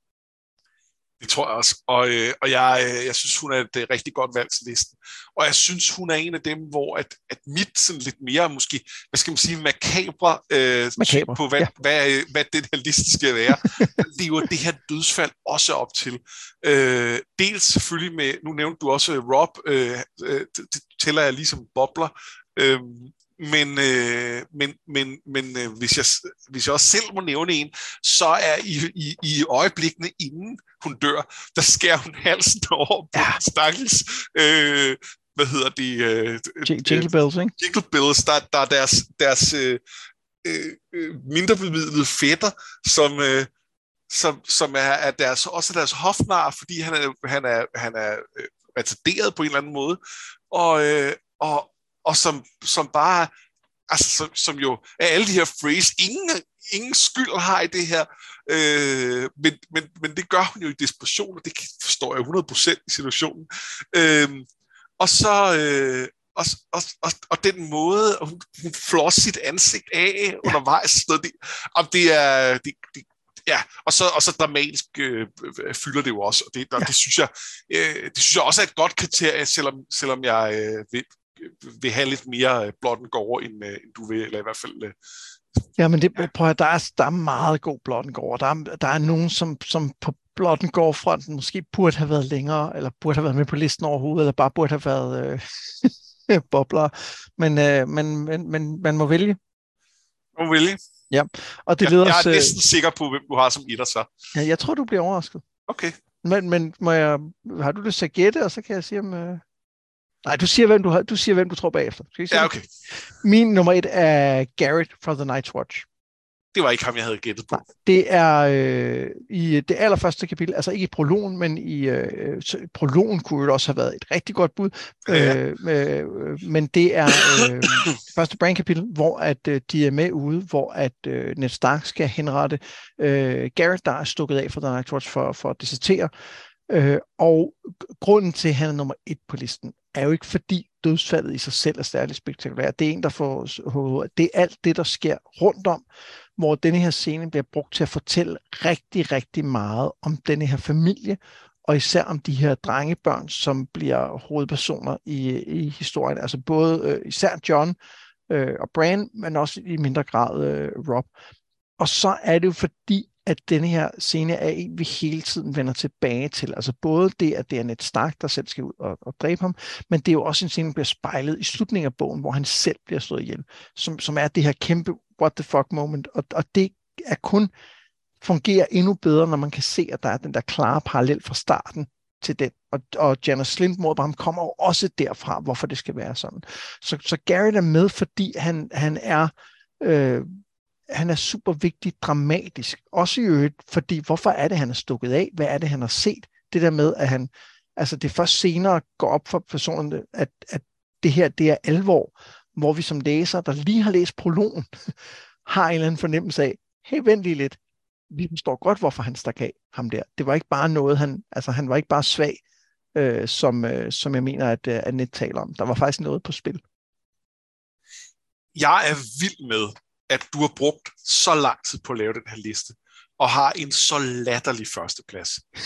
Det tror jeg også, og, øh, og jeg, jeg synes, hun er et rigtig godt valg til listen. Og jeg synes, hun er en af dem, hvor at, at mit sådan lidt mere, måske, hvad skal man sige, makabre, øh, makabre på, hvad, ja. hvad, hvad, hvad den her liste skal være, lever det her dødsfald også op til. Øh, dels selvfølgelig med, nu nævnte du også Rob, øh, øh, det tæller jeg ligesom bobler, øh, Men, øh, men, men, men øh, hvis, jeg, hvis jeg også selv må nævne en, så er i, i, i øjeblikkene inden hun dør, der skærer hun halsen over på ja. stakkels, øh, hvad hedder det? Øh, Jingle Bells, ikke? Jingle Bells, der, der er deres, deres øh, øh, mindre bemidlede fætter, som, øh, som, som er, er deres, også deres hofnar, fordi han er, han er, han er øh, retarderet på en eller anden måde, og, øh, og og som, som bare, altså som, som jo er alle de her phrase, ingen, ingen skyld har i det her, øh, men, men, men det gør hun jo i desperation, og det forstår jeg hundrede procent i situationen. Øh, og så, øh, og, og, og, og den måde, hun, hun flår sit ansigt af undervejs, det, og det er, det, det, ja, og så, og så dramatisk øh, fylder det jo også, og det, og ja. det, synes jeg, øh, det synes jeg også er et godt kriterie, selvom, selvom jeg øh, vil, vil have lidt mere blot and gore, end, end du vil, eller i hvert fald Ja, men det, prøv at, der, er, der er meget god Blood-and-Gore. Der er, der er nogen, som, som på Blood-and-Gore-fronten måske burde have været længere, eller burde have været med på listen overhovedet, eller bare burde have været øh, bobler. Men, øh, men, men, men man må vælge. Man må vælge. Ja, og det jeg, leder jeg os, er næsten sikker på, hvem du har som etter, så. Ja, jeg tror, du bliver overrasket. Okay. Men, men må jeg, har du lyst til at gætte, og så kan jeg sige, om... Øh... Nej, du siger, hvem du, har, du siger, hvem du tror bagefter. Skal ja, okay. Det? Min nummer et er Garrett fra The Night's Watch. Det var ikke ham, jeg havde gættet på. Nej, det er øh, i det allerførste kapitel, altså ikke i prologen, men i øh, prologen kunne det også have været et rigtig godt bud. Ja. Øh, øh, men det er øh, det første Bran-kapitel, hvor at, øh, de er med ude, hvor at øh, Ned Stark skal henrette øh, Garrett, der er stukket af fra The Night's Watch for, for at desertere. Øh, og grunden til, at han er nummer et på listen, er jo ikke fordi dødsfaldet i sig selv er særligt spektakulært. Det er en, der får det er alt det, der sker rundt om, hvor denne her scene bliver brugt til at fortælle rigtig, rigtig meget om denne her familie, og især om de her drengebørn, som bliver hovedpersoner i, i historien. Altså både øh, især Jon øh, og Bran, men også i mindre grad øh, Robb. Og så er det jo fordi, at denne her scene er en, vi hele tiden vender tilbage til. Altså både det, at det er Ned Stark, der selv skal ud og, og dræbe ham, men det er jo også en scene, der bliver spejlet i slutningen af bogen, hvor han selv bliver slået ihjel, som, som er det her kæmpe what the fuck moment, og, og det er kun fungerer endnu bedre, når man kan se, at der er den der klare parallel fra starten til den, og, og Janos Slynt mod ham kommer jo også derfra, hvorfor det skal være sådan. Så, så Garrett er med, fordi han, han er øh, han er super vigtig dramatisk. Også i øvrigt, fordi hvorfor er det, han er stukket af? Hvad er det, han har set? Det der med, at han, altså det først senere går op for personerne, at, at det her, det er alvor, hvor vi som læser, der lige har læst prologen, har en eller anden fornemmelse af, hey, vent lige lidt, vi forstår godt, hvorfor han stak af ham der. Det var ikke bare noget, han, altså han var ikke bare svag, øh, som, øh, som jeg mener, at, at Ned taler om. Der var faktisk noget på spil. Jeg er vild med, at du har brugt så lang tid på at lave den her liste, og har en så latterlig førsteplads.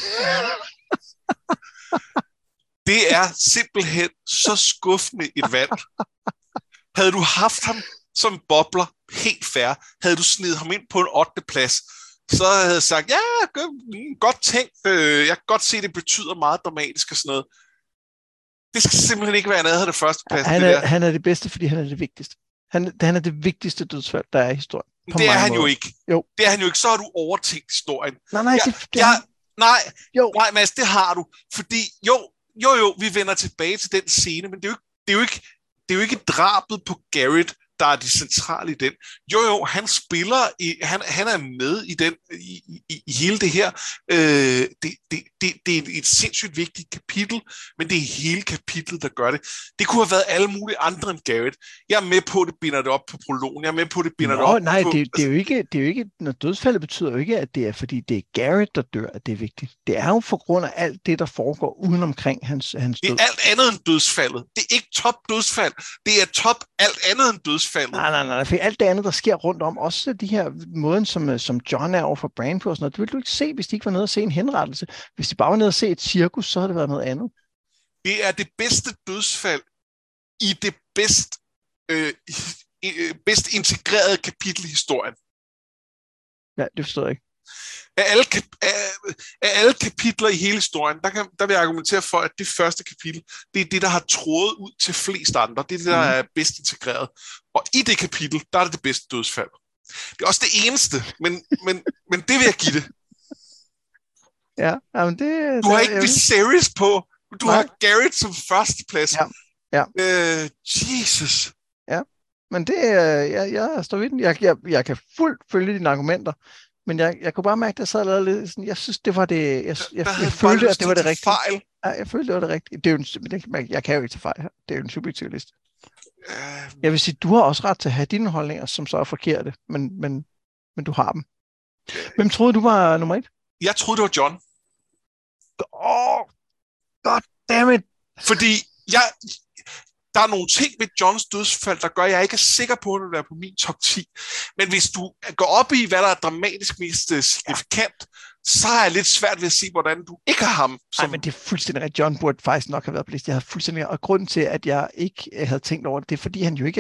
Det er simpelthen så skuffende et valg. Havde du haft ham som bobler, helt fair, havde du snedet ham ind på en ottende plads, så havde jeg sagt, ja, godt tænkt, jeg kan godt se, det betyder meget dramatisk og sådan noget. Det skal simpelthen ikke være, at han havde det første plads. Han er, han er det bedste, fordi han er det vigtigste. Han, han er det vigtigste dødsfald, der er i historien. Det er han måder. jo ikke. Jo. Det er han jo ikke. Så har du overtænkt historien. Nej, nej, ja, det, det ja, nej, jo. nej, Mads, det har du. Fordi, jo, jo, jo, vi vender tilbage til den scene, men det er jo ikke, det er jo ikke, det er jo ikke drabet på Garrett, der er det centrale i den. Jo, jo, han spiller, i, han, han er med i, den, i, i, i hele det her. Øh, det, det, det, det er et sindssygt vigtigt kapitel, men det er hele kapitlet, der gør det. Det kunne have været alle mulige andre end Garrett. Jeg er med på, at det binder det op på prologen. Jeg er med på, at det binder Nå, det op nej, på... Nej, det, det, er jo ikke, det er jo ikke, når dødsfaldet betyder jo ikke, at det er, fordi det er Garrett, der dør, at det er vigtigt. Det er jo for grund af alt det, der foregår uden omkring hans, hans død. Det er alt andet end dødsfaldet. Det er ikke top dødsfald. Det er top alt andet end dødsfaldet. Nej, nej, nej, for alt det andet, der sker rundt om, også de her måden, som, som Jon er over for Bran på, og sådan noget, det ville du ikke se, hvis de ikke var nede og se en henrettelse. Hvis de bare var nede og se et cirkus, så havde det været noget andet. Det er det bedste dødsfald i det bedst, øh, bedst integrerede kapitel i historien. Ja, det forstår jeg ikke. Af alle, af, af alle kapitler i hele historien, der, kan, der vil jeg argumentere for, at det første kapitel, det er det, der har trådet ud til flest andre. Det er det, der mm. er bedst integreret. Og i det kapitel, der er det det bedste dødsfald. Det er også det eneste, men, men, men det vil jeg give det. Ja, men det... Du har det, ikke Viserys på. Du Nej. har Garrett som førsteplads. Ja. Ja. Øh, Jesus. Ja, men det er... Jeg, jeg står ved den. Jeg, jeg, jeg kan fuldt følge dine argumenter. Men jeg, jeg kunne bare mærke, at jeg sad og lavede lidt sådan, jeg synes, det var det, jeg, jeg, jeg, jeg følte, at det var det rigtige. Fejl. Ja, jeg følte, det var det rigtige. Det er jo en, jeg kan jo ikke tage fejl her. Det er jo en subjektiv liste. Uh, jeg vil sige, du har også ret til at have dine holdninger, som så er forkerte, men, men, men du har dem. Hvem troede du var nummer et? Jeg troede, det var Jon. Åh, oh, goddammit. Fordi jeg... Der er nogle ting ved Jons dødsfald, der gør, at jeg ikke er sikker på, at det vil være på min top ti. Men hvis du går op i, hvad der er dramatisk mest signifikant, ja. Så er jeg lidt svært ved at se, hvordan du ikke har ham. Som... Nej, men det er fuldstændig rigtigt. Jon burde faktisk nok have været på listen. Jeg havde fuldstændig... Og grunden til, at jeg ikke havde tænkt over det, det er, fordi han jo ikke er...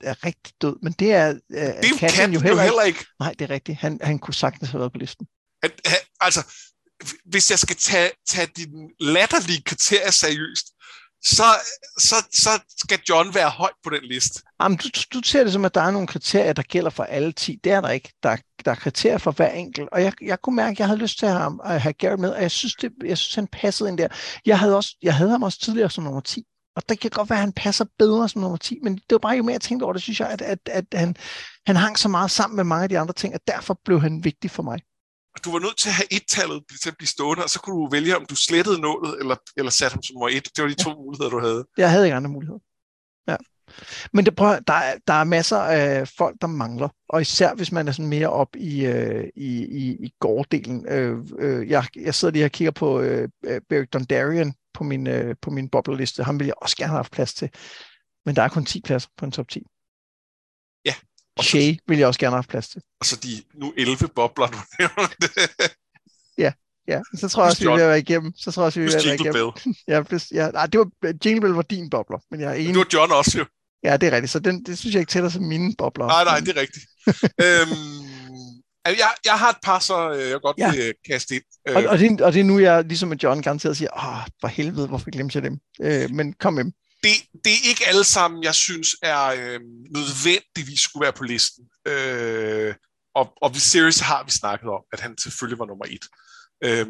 er rigtig død, men det er, øh, det er katten, katten jo heller, heller ikke. ikke. Nej, det er rigtigt. Han, han kunne sagtens have været på listen. At, altså, hvis jeg skal tage, tage din latterlige kriterier seriøst, så, så, så skal John være højt på den liste. Jamen, du, du ser det som, at der er nogle kriterier, der gælder for alle ti. Det er der ikke. Der, der er kriterier for hver enkelt. Og jeg, jeg kunne mærke, at jeg havde lyst til at have, at have Garrett med, og jeg synes, det, jeg synes, han passede ind der. Jeg havde, også, jeg havde ham også tidligere som nummer ti, og det kan godt være, at han passer bedre som nummer ti, men det var bare jo mere, jeg tænkte over det, synes jeg, at, at, at han, han hang så meget sammen med mange af de andre ting, og derfor blev han vigtig for mig. Du var nødt til at have et-tallet til at blive stående, og så kunne du vælge, om du slettede nålet, eller, eller satte ham som nummer et. Det var de to ja. muligheder, du havde. Jeg havde ikke andre muligheder. Ja. Men det, prøv, der, er, der er masser af folk, der mangler, og især hvis man er sådan mere op i, øh, i, i, i gårddelen. Øh, øh, jeg, jeg sidder lige og kigger på øh, Beric Dondarrion på min, øh, på min boblerliste. Ham vil jeg også gerne have haft plads til. Men der er kun ti pladser på en top ti. Ja. Shea vil jeg også gerne have haft plads til. Og så de nu elleve bobler, du nævner det. Ja, ja. Så tror jeg også, vi vil være igennem. Så tror jeg også, vi vil være igennem. ja, plus, ja. Nej, det var, Jingle Bell var din bobler, men jeg er enig. Det var John også jo. Ja, det er rigtigt. Så den, det synes jeg ikke tæller som mine bobler. Nej, nej, det er rigtigt. øhm, jeg, jeg har et par, så jeg godt ja. vil kaste ind. Og, og, det, og det er nu, jeg ligesom med John garanteret siger, åh, for helvede, hvorfor glemte jeg dem? Øh, men kom med dem. Det, det er ikke alle sammen, jeg synes, er øh, nødvendigvis skulle være på listen. Øh, og, og Viserys har vi snakket om, at han selvfølgelig var nummer et. Øh,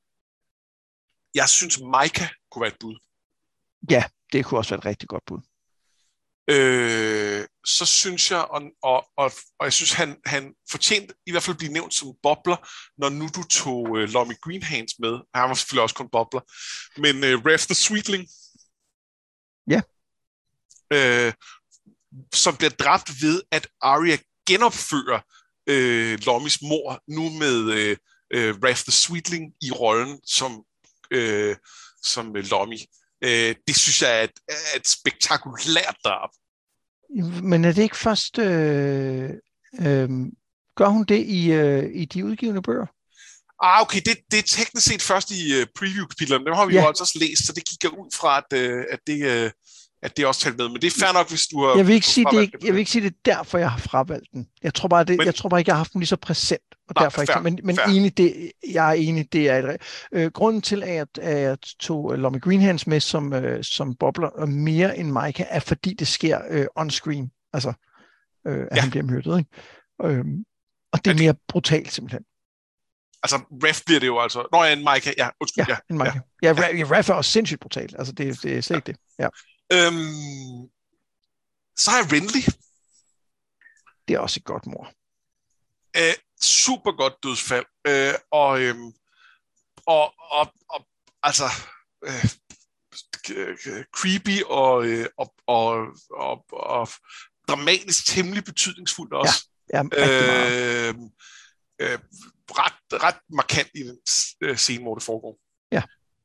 jeg synes, Micah kunne være et bud. Ja, det kunne også være et rigtig godt bud. Øh, så synes jeg, og, og, og, og jeg synes, han, han fortjente i hvert fald at blive nævnt som bobler, når nu du tog øh, Lommy Greenhands med. Han var selvfølgelig også kun bobler. Men øh, Rev the Sweetling, ja. Øh, som bliver dræbt ved, at Arya genopfører øh, Lommys mor, nu med øh, øh, Rev the Sweetling i rollen som, øh, som øh, Lommy. Øh, det synes jeg er et, er et spektakulært drab. Men er det ikke først... Øh, øh, gør hun det i, øh, i de udgivende bøger? Ah, okay, det, det er teknisk set først i uh, preview-kapitlerne. Dem har vi ja. jo altså også læst, så det kigger ud fra, at, uh, at, det, uh, at det er også talt med. Men det er fair nok, hvis du har... Jeg vil ikke, sige, det, det jeg vil ikke sige, det er derfor, jeg har fravalgt den. Jeg tror bare, det, men, jeg tror bare ikke, jeg har haft den lige så præsent. Og nej, derfor fair, ikke, men men enig, det, jeg er enig, det er et, øh, grunden til, at jeg, at jeg tog Lommy Greenhands med som, øh, som bobler, og mere end Micah, er fordi det sker øh, on-screen. Altså, øh, at ja. han bliver myrdet. Ikke? Øh, og det er mere brutalt, simpelthen. Altså, Ref bliver det jo altså... Nå, ja, en Micah, ja, undskyld. Ja, en Micah. Ja, ja, ja Ref er også sindssygt brutalt. Altså, det, det er slet ikke det. Ja. Øhm, så har jeg Renly. Det er også et godt mor. Øh, super godt dødsfald. Øh, og, øhm, og, og, og, altså... Øh, creepy og, øh, og, og, og, og dramatisk temmelig betydningsfuldt også. Ja, ja rigtig meget. Øh, øh, ret, ret markant i den øh, scene, hvor det foregår. Ja.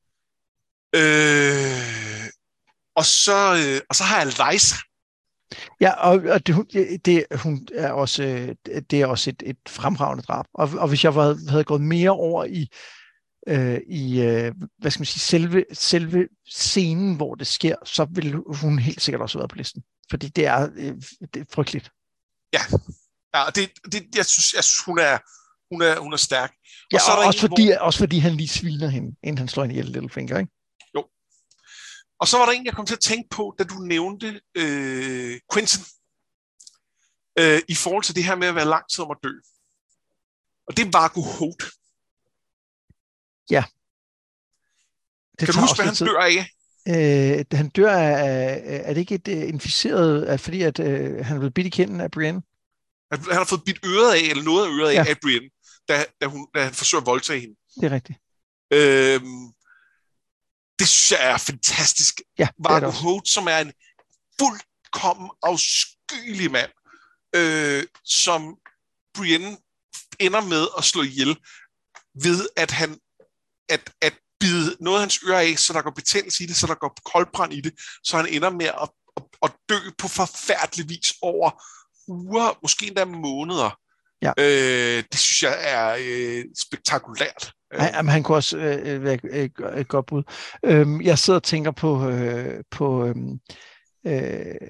Øh, og, så, øh, og så har jeg Lysa. Ja, og, og det, det, hun er også, det er også et, et fremragende drab. Og, og hvis jeg havde, havde gået mere over i, øh, i øh, hvad skal man sige, selve, selve scenen, hvor det sker, så ville hun helt sikkert også have været på listen. Fordi det er, øh, det er frygteligt. Ja, ja det, det, jeg, synes, jeg synes, hun er, hun er, hun er stærk. Og ja, så er der også, en, fordi, hvor... også fordi han lige sviner hende, inden han slår hende ihjel, Littlefinger, ikke? Jo. Og så var der en, jeg kom til at tænke på, da du nævnte øh, Quentin, øh, i forhold til det her med at være lang tid om at dø. Og det er Vargo Hoat. Ja. Det kan du huske, hvad han tid. dør af? Øh, han dør af, er det ikke et uh, inficeret, af, fordi at, uh, han er blevet bidt i kinden af Brienne? Han, han har fået bidt øret af, eller noget af øret ja. af, af Brienne, da, da, hun, da han forsøger at voldtage hende. Det er rigtigt. Øhm, det synes jeg er fantastisk. Ja, Vargo Hoat, som er en fuldkommen afskyelig mand, øh, som Brienne ender med at slå ihjel, ved at han at, at bide noget af hans øre af, så der går betændelse i det, så der går koldbrand i det, så han ender med at, at, at dø på forfærdelig vis over uger, måske endda måneder. Ja. Øh, det synes jeg er øh, spektakulært. Han, han kunne også øh, være et, et godt bud. Øhm, jeg sidder og tænker på, øh, på øh,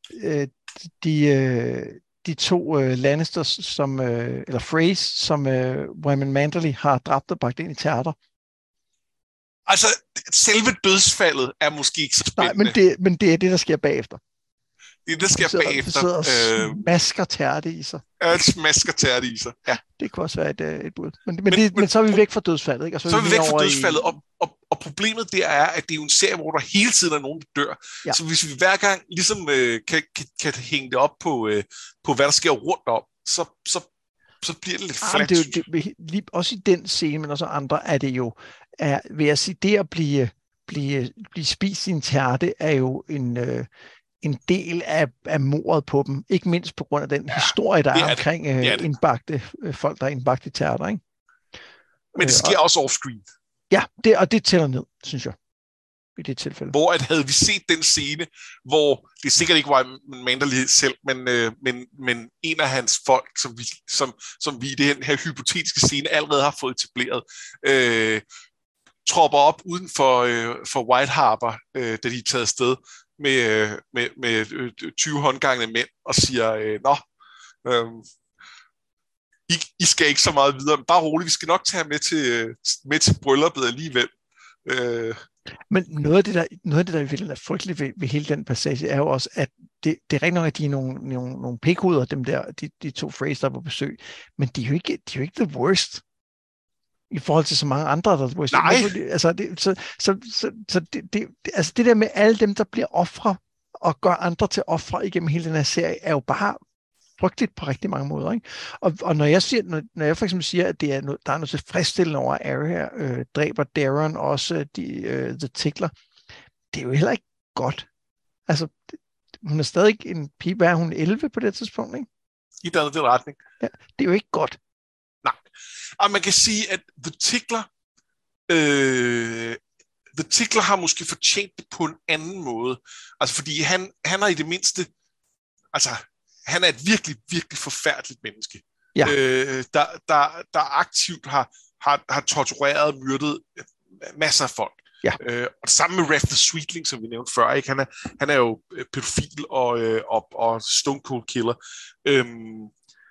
øh, de, øh, de to øh, Lannisters, som, øh, eller Freys, som øh, Wyman Manderly har dræbt og bragt ind i teater. Altså, selve dødsfaldet er måske ikke så spændende. Nej, men det, men det er det, der sker bagefter. Det er det, der sker sidder, bagefter. sidder og øh, smasker tærte i sig. Ja, smasker tærte i sig, ja. Det kunne også være et, et bud. Men, men, men, det, men, men så er vi væk fra dødsfaldet, ikke? Og så, så er vi, vi væk fra dødsfaldet, i... og, og, og problemet der er, at det er jo en serie, hvor der hele tiden er nogen, der dør. Ja. Så hvis vi hver gang ligesom øh, kan, kan, kan hænge det op på, øh, på, hvad der sker rundt om, så, så, så bliver det lidt fladt. Det, det, det, lige, også i den scene, men også andre, er det jo, er, vil jeg sige, det at blive, blive, blive spist i en tærte, er jo en... Øh, en del af, af mordet på dem, ikke mindst på grund af den ja, historie, der er, er omkring øh, er indbagte, øh, folk, der er indbagt i tærter, ikke? Men det sker øh, og, også off-screen. Ja, det, og det tæller ned, synes jeg, i det tilfælde. Hvor at havde vi set den scene, hvor det sikkert ikke var Manderly selv, men, øh, men, men en af hans folk, som vi, som, som vi i den her hypotetiske scene allerede har fået etableret, øh, tropper op uden for, øh, for White Harbor, øh, da de er taget afsted, med, med, med tyve håndgangne mænd og siger, øh, nå, øh, I, I skal ikke så meget videre, men bare roligt, vi skal nok tage med til, med til brylluppet alligevel. Øh. Men noget af det, der, noget af det, der virkelig er frygteligt ved, ved hele den passage, er jo også, at det, det er rigtig nok, at de er nogle, nogle, nogle pikhoveder, dem der, de, de to Freys, der er på besøg, men de er jo ikke, de er jo ikke the worst. I forhold til så mange andre, der er Nej. Altså, det, så, så, så, så det, det, altså det der med alle dem, der bliver ofre og gør andre til ofre igennem hele den her serie, er jo bare frygteligt på rigtig mange måder. Ikke? Og, og når jeg siger, når, når jeg for eksempel siger, at det er noget, der er noget tilfredsstillende over, at Arya øh, dræber Daeron og også de, øh, The Tickler, det er jo heller ikke godt. Altså, det, hun er stadig en pige, hvad er hun, elleve på det tidspunkt, ikke? I den retning. Ja, det er jo ikke godt. Nej. Og man kan sige, at The Tickler, øh, The Tickler har måske fortjent det på en anden måde. Altså, fordi han, han er i det mindste, altså, han er et virkelig, virkelig forfærdeligt menneske. Ja. Øh, der, der, der aktivt har, har, har tortureret og myrdet masser af folk. Ja. Øh, og sammen med Raph the Sweetling, som vi nævnte før, ikke? Han, er, han er jo pædofil og, og, og stone cold killer. Øhm,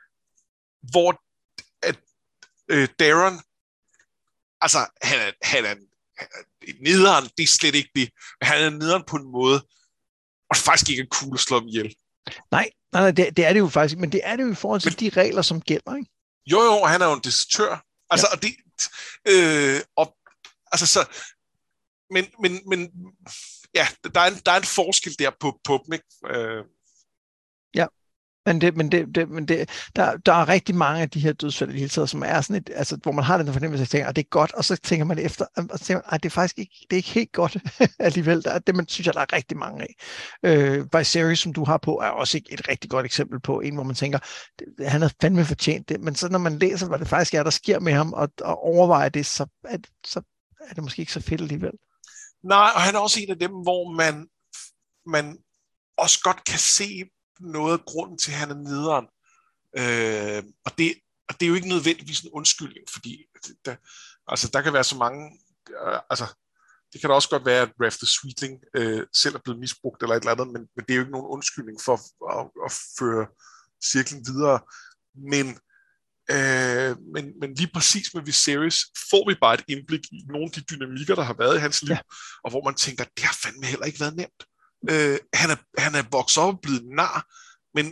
hvor at øh, Daeron, altså han er, han er, han er nederen, det er slet ikke det, men han er nederen på en måde, og det faktisk ikke er cool at slå ham ihjel. Nej, nej, nej det, det er det jo faktisk, men det er det jo i forhold til men, de regler, som gælder, ikke? Jo, jo, han er jo en desertør. Altså, ja. og det, øh, og, altså så, men, men, men, ja, der er en, der er en forskel der på, på dem, ikke? Øh, ja. Men, det, men, det, det, men det, der, der er rigtig mange af de her dødsfald i hele tiden, som er sådan et, altså, hvor man har den fornemmelse, at tænker, at det er godt, og så tænker man efter, og så tænker man, at det er faktisk ikke, det er ikke helt godt alligevel. Der er, det man synes jeg, der er rigtig mange af. Øh, Viserys, som du har på, er også ikke et rigtig godt eksempel på en, hvor man tænker, det, han havde fandme fortjent det, men så når man læser, hvad det faktisk er, der sker med ham, og, og overvejer det, så er, så er det måske ikke så fedt alligevel. Nej, og han er også en af dem, hvor man, man også godt kan se noget af grunden til, at han er nederen. Øh, og, det, og det er jo ikke nødvendigvis en undskyldning, fordi der, altså, der kan være så mange, øh, altså det kan da også godt være, at Raph the Sweetling øh, selv er blevet misbrugt eller et eller andet, men, men det er jo ikke nogen undskyldning for at, at, at føre cirklen videre. Men, øh, men, men lige præcis med Viserys får vi bare et indblik i nogle af de dynamikker, der har været i hans liv, ja. Og hvor man tænker, det har fandme heller ikke været nemt. Øh, han, er, han er vokset op og blevet nar, men,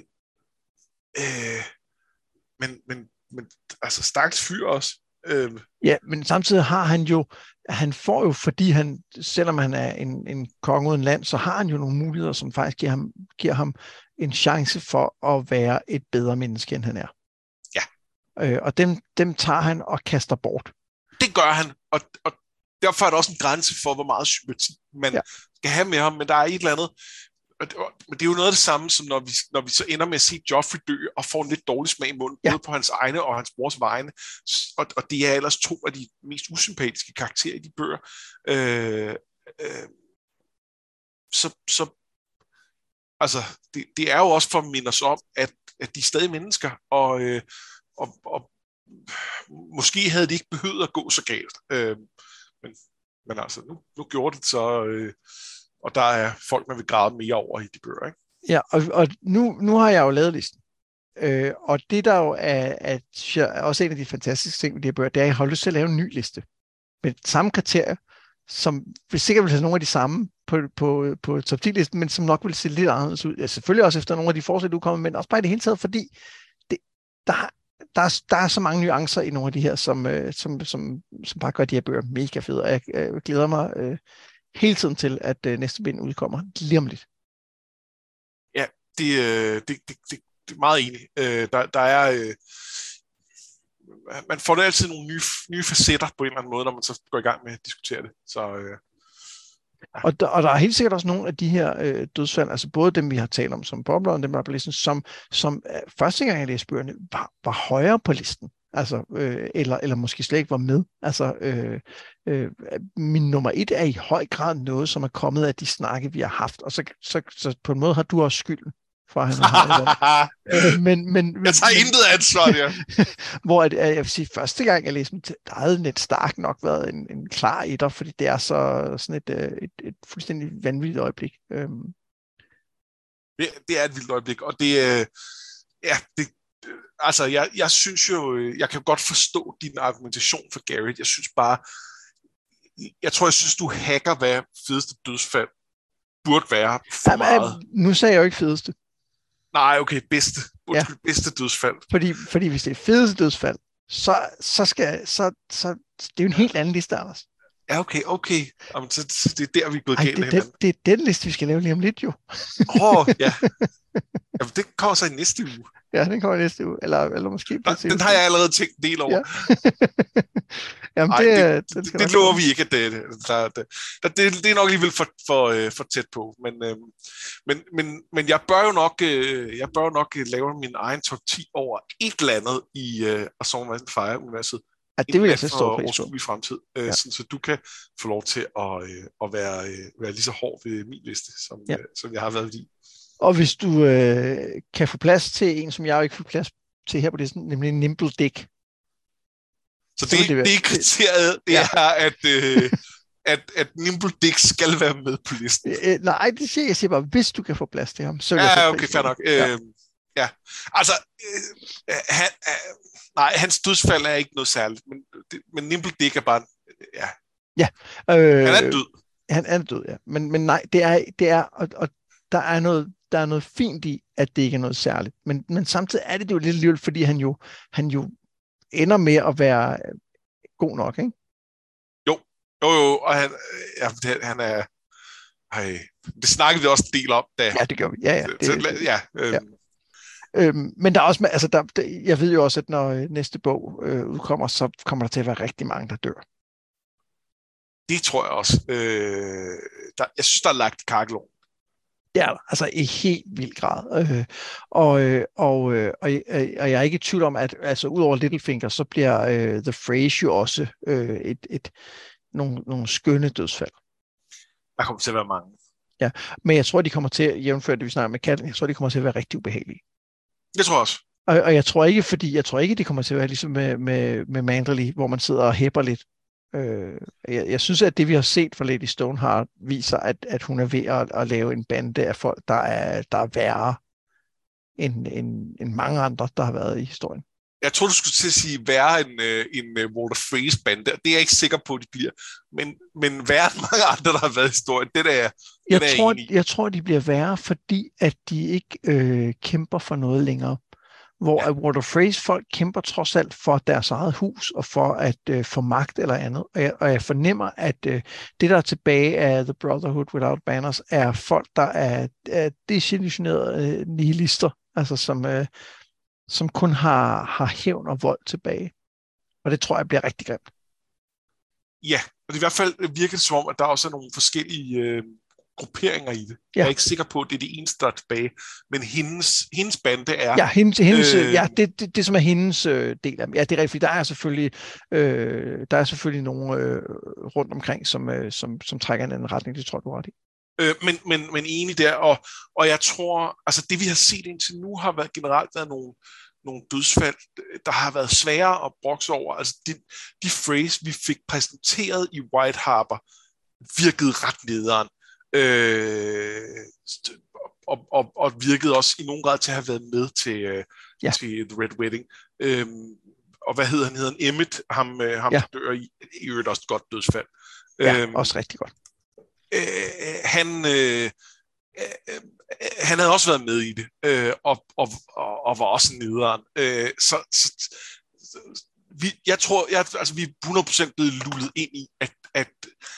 øh, men, men, men altså stakkels fyr også. Øh. Ja, men samtidig har han jo, han får jo, fordi han, selvom han er en, en konge uden land, så har han jo nogle muligheder, som faktisk giver ham, giver ham en chance for at være et bedre menneske, end han er. Ja. Øh, og dem, dem tager han og kaster bort. Det gør han, og, og derfor er der også en grænse for, hvor meget sympati man ja. skal have med ham, men der er et eller andet, men det er jo noget af det samme, som når vi, når vi så ender med at se Joffrey dø, og får en lidt dårlig smag i munden, ja. Både på hans egne og hans brors vegne, og, og det er ellers to af de mest usympatiske karakterer i de bøger. Øh, øh, så, så altså, det, det er jo også for at minde os om, at, at de er stadig mennesker, og, øh, og, og måske havde de ikke behøvet at gå så galt. Øh, Men, men altså, nu, nu gjorde det så, øh, og der er folk, man vil græde mere over i de bøger, ikke? Ja, og, og nu, nu har jeg jo lavet listen. Øh, og det der jo er, at, er også en af de fantastiske ting ved de her bøger, det er, at jeg har lyst til at lave en ny liste. Med samme kriterier, som vil sikkert vil have nogle af de samme på, på, på top ti-listen, men som nok vil se lidt anderledes ud. Ja, selvfølgelig også efter nogle af de forslag, du kommer med, men også bare i det hele taget, fordi det, der, der, er, der er så mange nuancer i nogle af de her, som, øh, som, som, som bare gør de her bøger mega fede, og jeg øh, glæder mig øh, hele tiden til, at øh, næste bind udkommer lige om lidt. Ja, det, øh, det, det, det, det er meget enig. Øh, der, der er... Øh, man får da altid nogle nye, nye facetter på en eller anden måde, når man så går i gang med at diskutere det. Så, øh, ja. og, der, og der er helt sikkert også nogle af de her øh, dødsfald, altså både dem, vi har talt om som bobler, og dem, der er på listen, som, som øh, første gang jeg læste bøgerne, var, var højere på listen. Altså, øh, eller, eller måske slet ikke var med. Altså, øh, øh, min nummer et er i høj grad noget, som er kommet af de snakke, vi har haft. Og så, så, så på en måde har du også skylden for, at han har det. øh, men, men, jeg tager men, intet ansvar, ja. Hvor at, jeg vil sige, første gang jeg læste dem, der havde Ned Stark nok været en, en klar etter, fordi det er så sådan et, et, et, et fuldstændig vanvittigt øjeblik. Øhm. Det, det er et vildt øjeblik, og det er, ja, det, altså, jeg, jeg synes jo, jeg kan godt forstå din argumentation for Garrett. Jeg synes bare, jeg tror, jeg synes, du hacker, hvad fedeste dødsfald burde være for Jamen, meget. Nu sagde jeg jo ikke fedeste. Nej, okay, bedste. Undskyld, ja. Bedste dødsfald. Fordi, fordi hvis det er fedeste dødsfald, så, så skal, så, så, det er jo en helt anden liste, Anders. Ja, okay, okay. Jamen, så, så det er der, vi er gået Ej, galt det, med hinanden. Det, det er den liste, vi skal lave lige om lidt, jo. Åh, oh, ja. Jamen, det kommer så i næste uge. Ja, den kommer i næste uge. Eller, eller måske på Den, den har jeg allerede tænkt en del over. Ja. Jamen, Ej, det, det, det, det lover vi ikke, at det, der, det, der, det, det er nok alligevel for, for, for tæt på. Men, øh, men, men, men jeg bør jo nok, øh, jeg bør jo nok lave min egen top ti over et eller andet i øh, A Song of Fire-universet. Ja, det vil jeg så stå pris på. I fremtid, øh, ja. Sådan, så du kan få lov til at, øh, at være, øh, være lige så hård ved min liste, som, ja. øh, som jeg har været i. Og hvis du øh, kan få plads til en, som jeg jo ikke får plads til her på listen, nemlig Nimble Dick. Så det, det, det er kriteriet, det ja. er, at, øh, at, at Nimble Dick skal være med på listen. Øh, nej, det siger jeg siger bare, hvis du kan få plads til ham. Så ja, okay, fair nok. Ja. Øh, ja. Altså, øh, han, øh, nej, hans dødsfald er ikke noget særligt, men, det, men Nimble Dick er bare, ja. Ja. Øh, han er død. Han er død, ja. Men, men nej, det er, det er og, og der er noget, der er noget fint i, at det ikke er noget særligt. Men, men samtidig er det jo lidt alligevel, fordi han jo, han jo ender med at være god nok, ikke? Jo, jo, jo, og han, ja, han er, ej, det snakkede vi også en del om, da. Ja, det gør vi, ja, ja. Det, så, det, ja, øhm. ja. Øhm, men der er også, altså, der, jeg ved jo også, at når næste bog øh, udkommer, så kommer der til at være rigtig mange, der dør. Det tror jeg også. Øh, der, jeg synes, der er lagt i kakkeloven. Det er der, altså i helt vild grad. Øh, og, øh, og, øh, og, og jeg er ikke i tvivl om, at altså, ud over Littlefinger, så bliver øh, The Freys jo også øh, et, et, nogle, nogle skønne dødsfald. Der kommer til at være mange. Ja, men jeg tror, de kommer til, jævnfør det vi snakker med Katten, jeg tror, de kommer til at være rigtig ubehagelige. Det tror jeg også. Og, og jeg tror ikke, fordi jeg tror ikke, de kommer til at være ligesom med, med, med Manderly, hvor man sidder og hæpper lidt. Øh, jeg, jeg synes, at det vi har set fra Lady Stoneheart viser, at, at hun er ved at, at lave en bande af folk, der er, der er værre end, end, end mange andre, der har været i historien. Jeg tror, du skulle til at sige værre end, uh, end uh, Walder Freys bande. Det er jeg ikke sikker på, at de bliver. Men, men værre end mange andre, der har været i historien. Det der er jeg, jeg tror, jeg tror, de bliver værre, fordi at de ikke øh, kæmper for noget længere. Hvor ja. Walder Freys folk kæmper trods alt for deres eget hus og for at øh, få magt eller andet. Og jeg, og jeg fornemmer, at øh, det, der er tilbage af The Brotherhood Without Banners, er folk, der er, er desillusionerede øh, nihilister, altså som, øh, som kun har, har hævn og vold tilbage. Og det tror jeg bliver rigtig grimt. Ja, og det i hvert fald virker det som om, at der også er nogle forskellige øh, grupperinger i det. Ja. Jeg er ikke sikker på, at det er det eneste, der er tilbage. Men hendes, hendes bande er... Ja, hendes, hendes, øh, ja det, det, det som er hendes øh, del af... Ja, det er rigtigt, der er selvfølgelig, øh, der er selvfølgelig nogen øh, rundt omkring, som, øh, som, som trækker en anden retning, det tror du ret i. Øh, men, men, men enig der, og, og jeg tror, altså det vi har set indtil nu, har været generelt været nogle, nogle dødsfald, der har været svære at brokse over. Altså de, de Freys, vi fik præsenteret i White Harbor, virkede ret nederen. Øh, og, og, og virkede også i nogen grad til at have været med til, øh, ja. til The Red Wedding. Øhm, og hvad hedder han? Hedder han Emmett? Ham, øh, ham ja. der dør i, i øvrigt også et godt dødsfald. Ja, øhm, også rigtig godt. Øh, han, øh, øh, han havde også været med i det, øh, og, og, og, og var også nederen. Øh, så, så, så vi, jeg tror, jeg, altså, vi er hundrede procent blevet lullet ind i, at, at,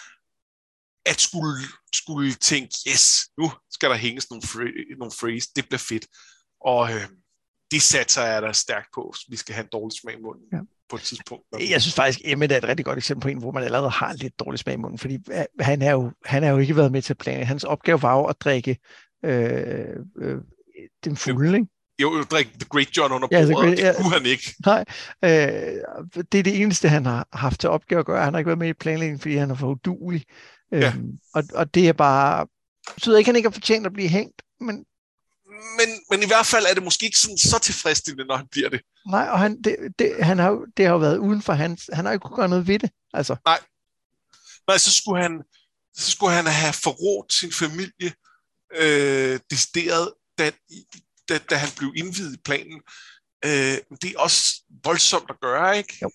at skulle, skulle tænke, yes, nu skal der hænges nogle, free, nogle phrase, det bliver fedt. Og øh, det satser jeg der stærkt på, vi skal have en dårlig smag i munden. Ja. På et tidspunkt. Jeg synes faktisk, Emmett er et rigtig godt eksempel på en, hvor man allerede har lidt dårlig smag i munden, fordi han er jo, han er jo ikke været med til at planlægge. Hans opgave var jo at drikke øh, øh, den fulde, ikke? Jo, jo, drikke The Great John under bordet, ja, great, det kunne ja, han ikke. Nej, øh, det er det eneste, han har haft til opgave at gøre. Han har ikke været med i planlægningen, fordi han er for uduelig. Ja. Øhm, og, og det er bare... Så ikke, han ikke har fortjent at blive hængt, men... Men, men i hvert fald er det måske ikke sådan så tilfredsstillende, når han bliver det. Nej, og han, det, det, han har jo, det har jo været uden for hans... Han har jo ikke kunnet gøre noget ved det, altså. Nej. Nej, så skulle han, så skulle han have forrådt sin familie øh, decideret, da, da, da han blev indviet i planen. Øh, det er også voldsomt at gøre, ikke? Jo.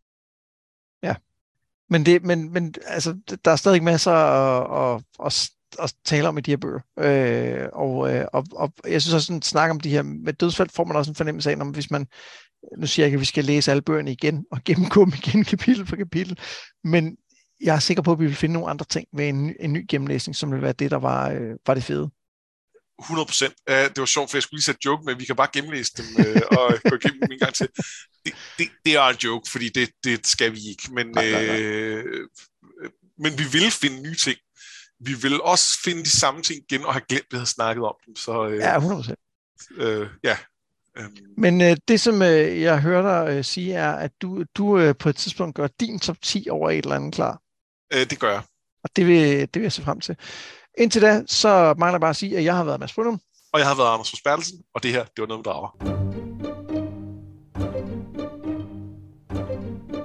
Ja. Men, det, men, men altså, der er stadig masser at, at, at, at tale om i de her bøger. Øh, og, øh, og, og jeg synes også, sådan snak om de her med dødsfald, får man også en fornemmelse af, når hvis man, nu siger jeg ikke, at vi skal læse alle bøgerne igen, og gennemgå dem igen kapitel for kapitel, men jeg er sikker på, at vi vil finde nogle andre ting ved en, en ny gennemlæsning, som vil være det, der var, øh, var det fede. hundrede procent. Uh, det var sjovt, for jeg skulle lige sætte joke med, at vi kan bare gennemlæse dem uh, og gå igennem dem en gang til. Det, det, det er en joke, fordi det, det skal vi ikke. Men, nej, nej, nej. Øh, men vi vil finde nye ting. Vi vil også finde de samme ting igen, og have glemt, at vi havde snakket om dem. Så, øh, ja, hundrede procent. Øh, ja. Men øh, det, som øh, jeg hører dig øh, sige, er, at du, du øh, på et tidspunkt gør din top ti over et eller andet klar. Øh, det gør jeg. Og det vil, det vil jeg se frem til. Indtil da, så mangler jeg bare at sige, at jeg har været Mads Brynum. Og jeg har været Anders Forsbergelsen, og det her, det var noget med drager.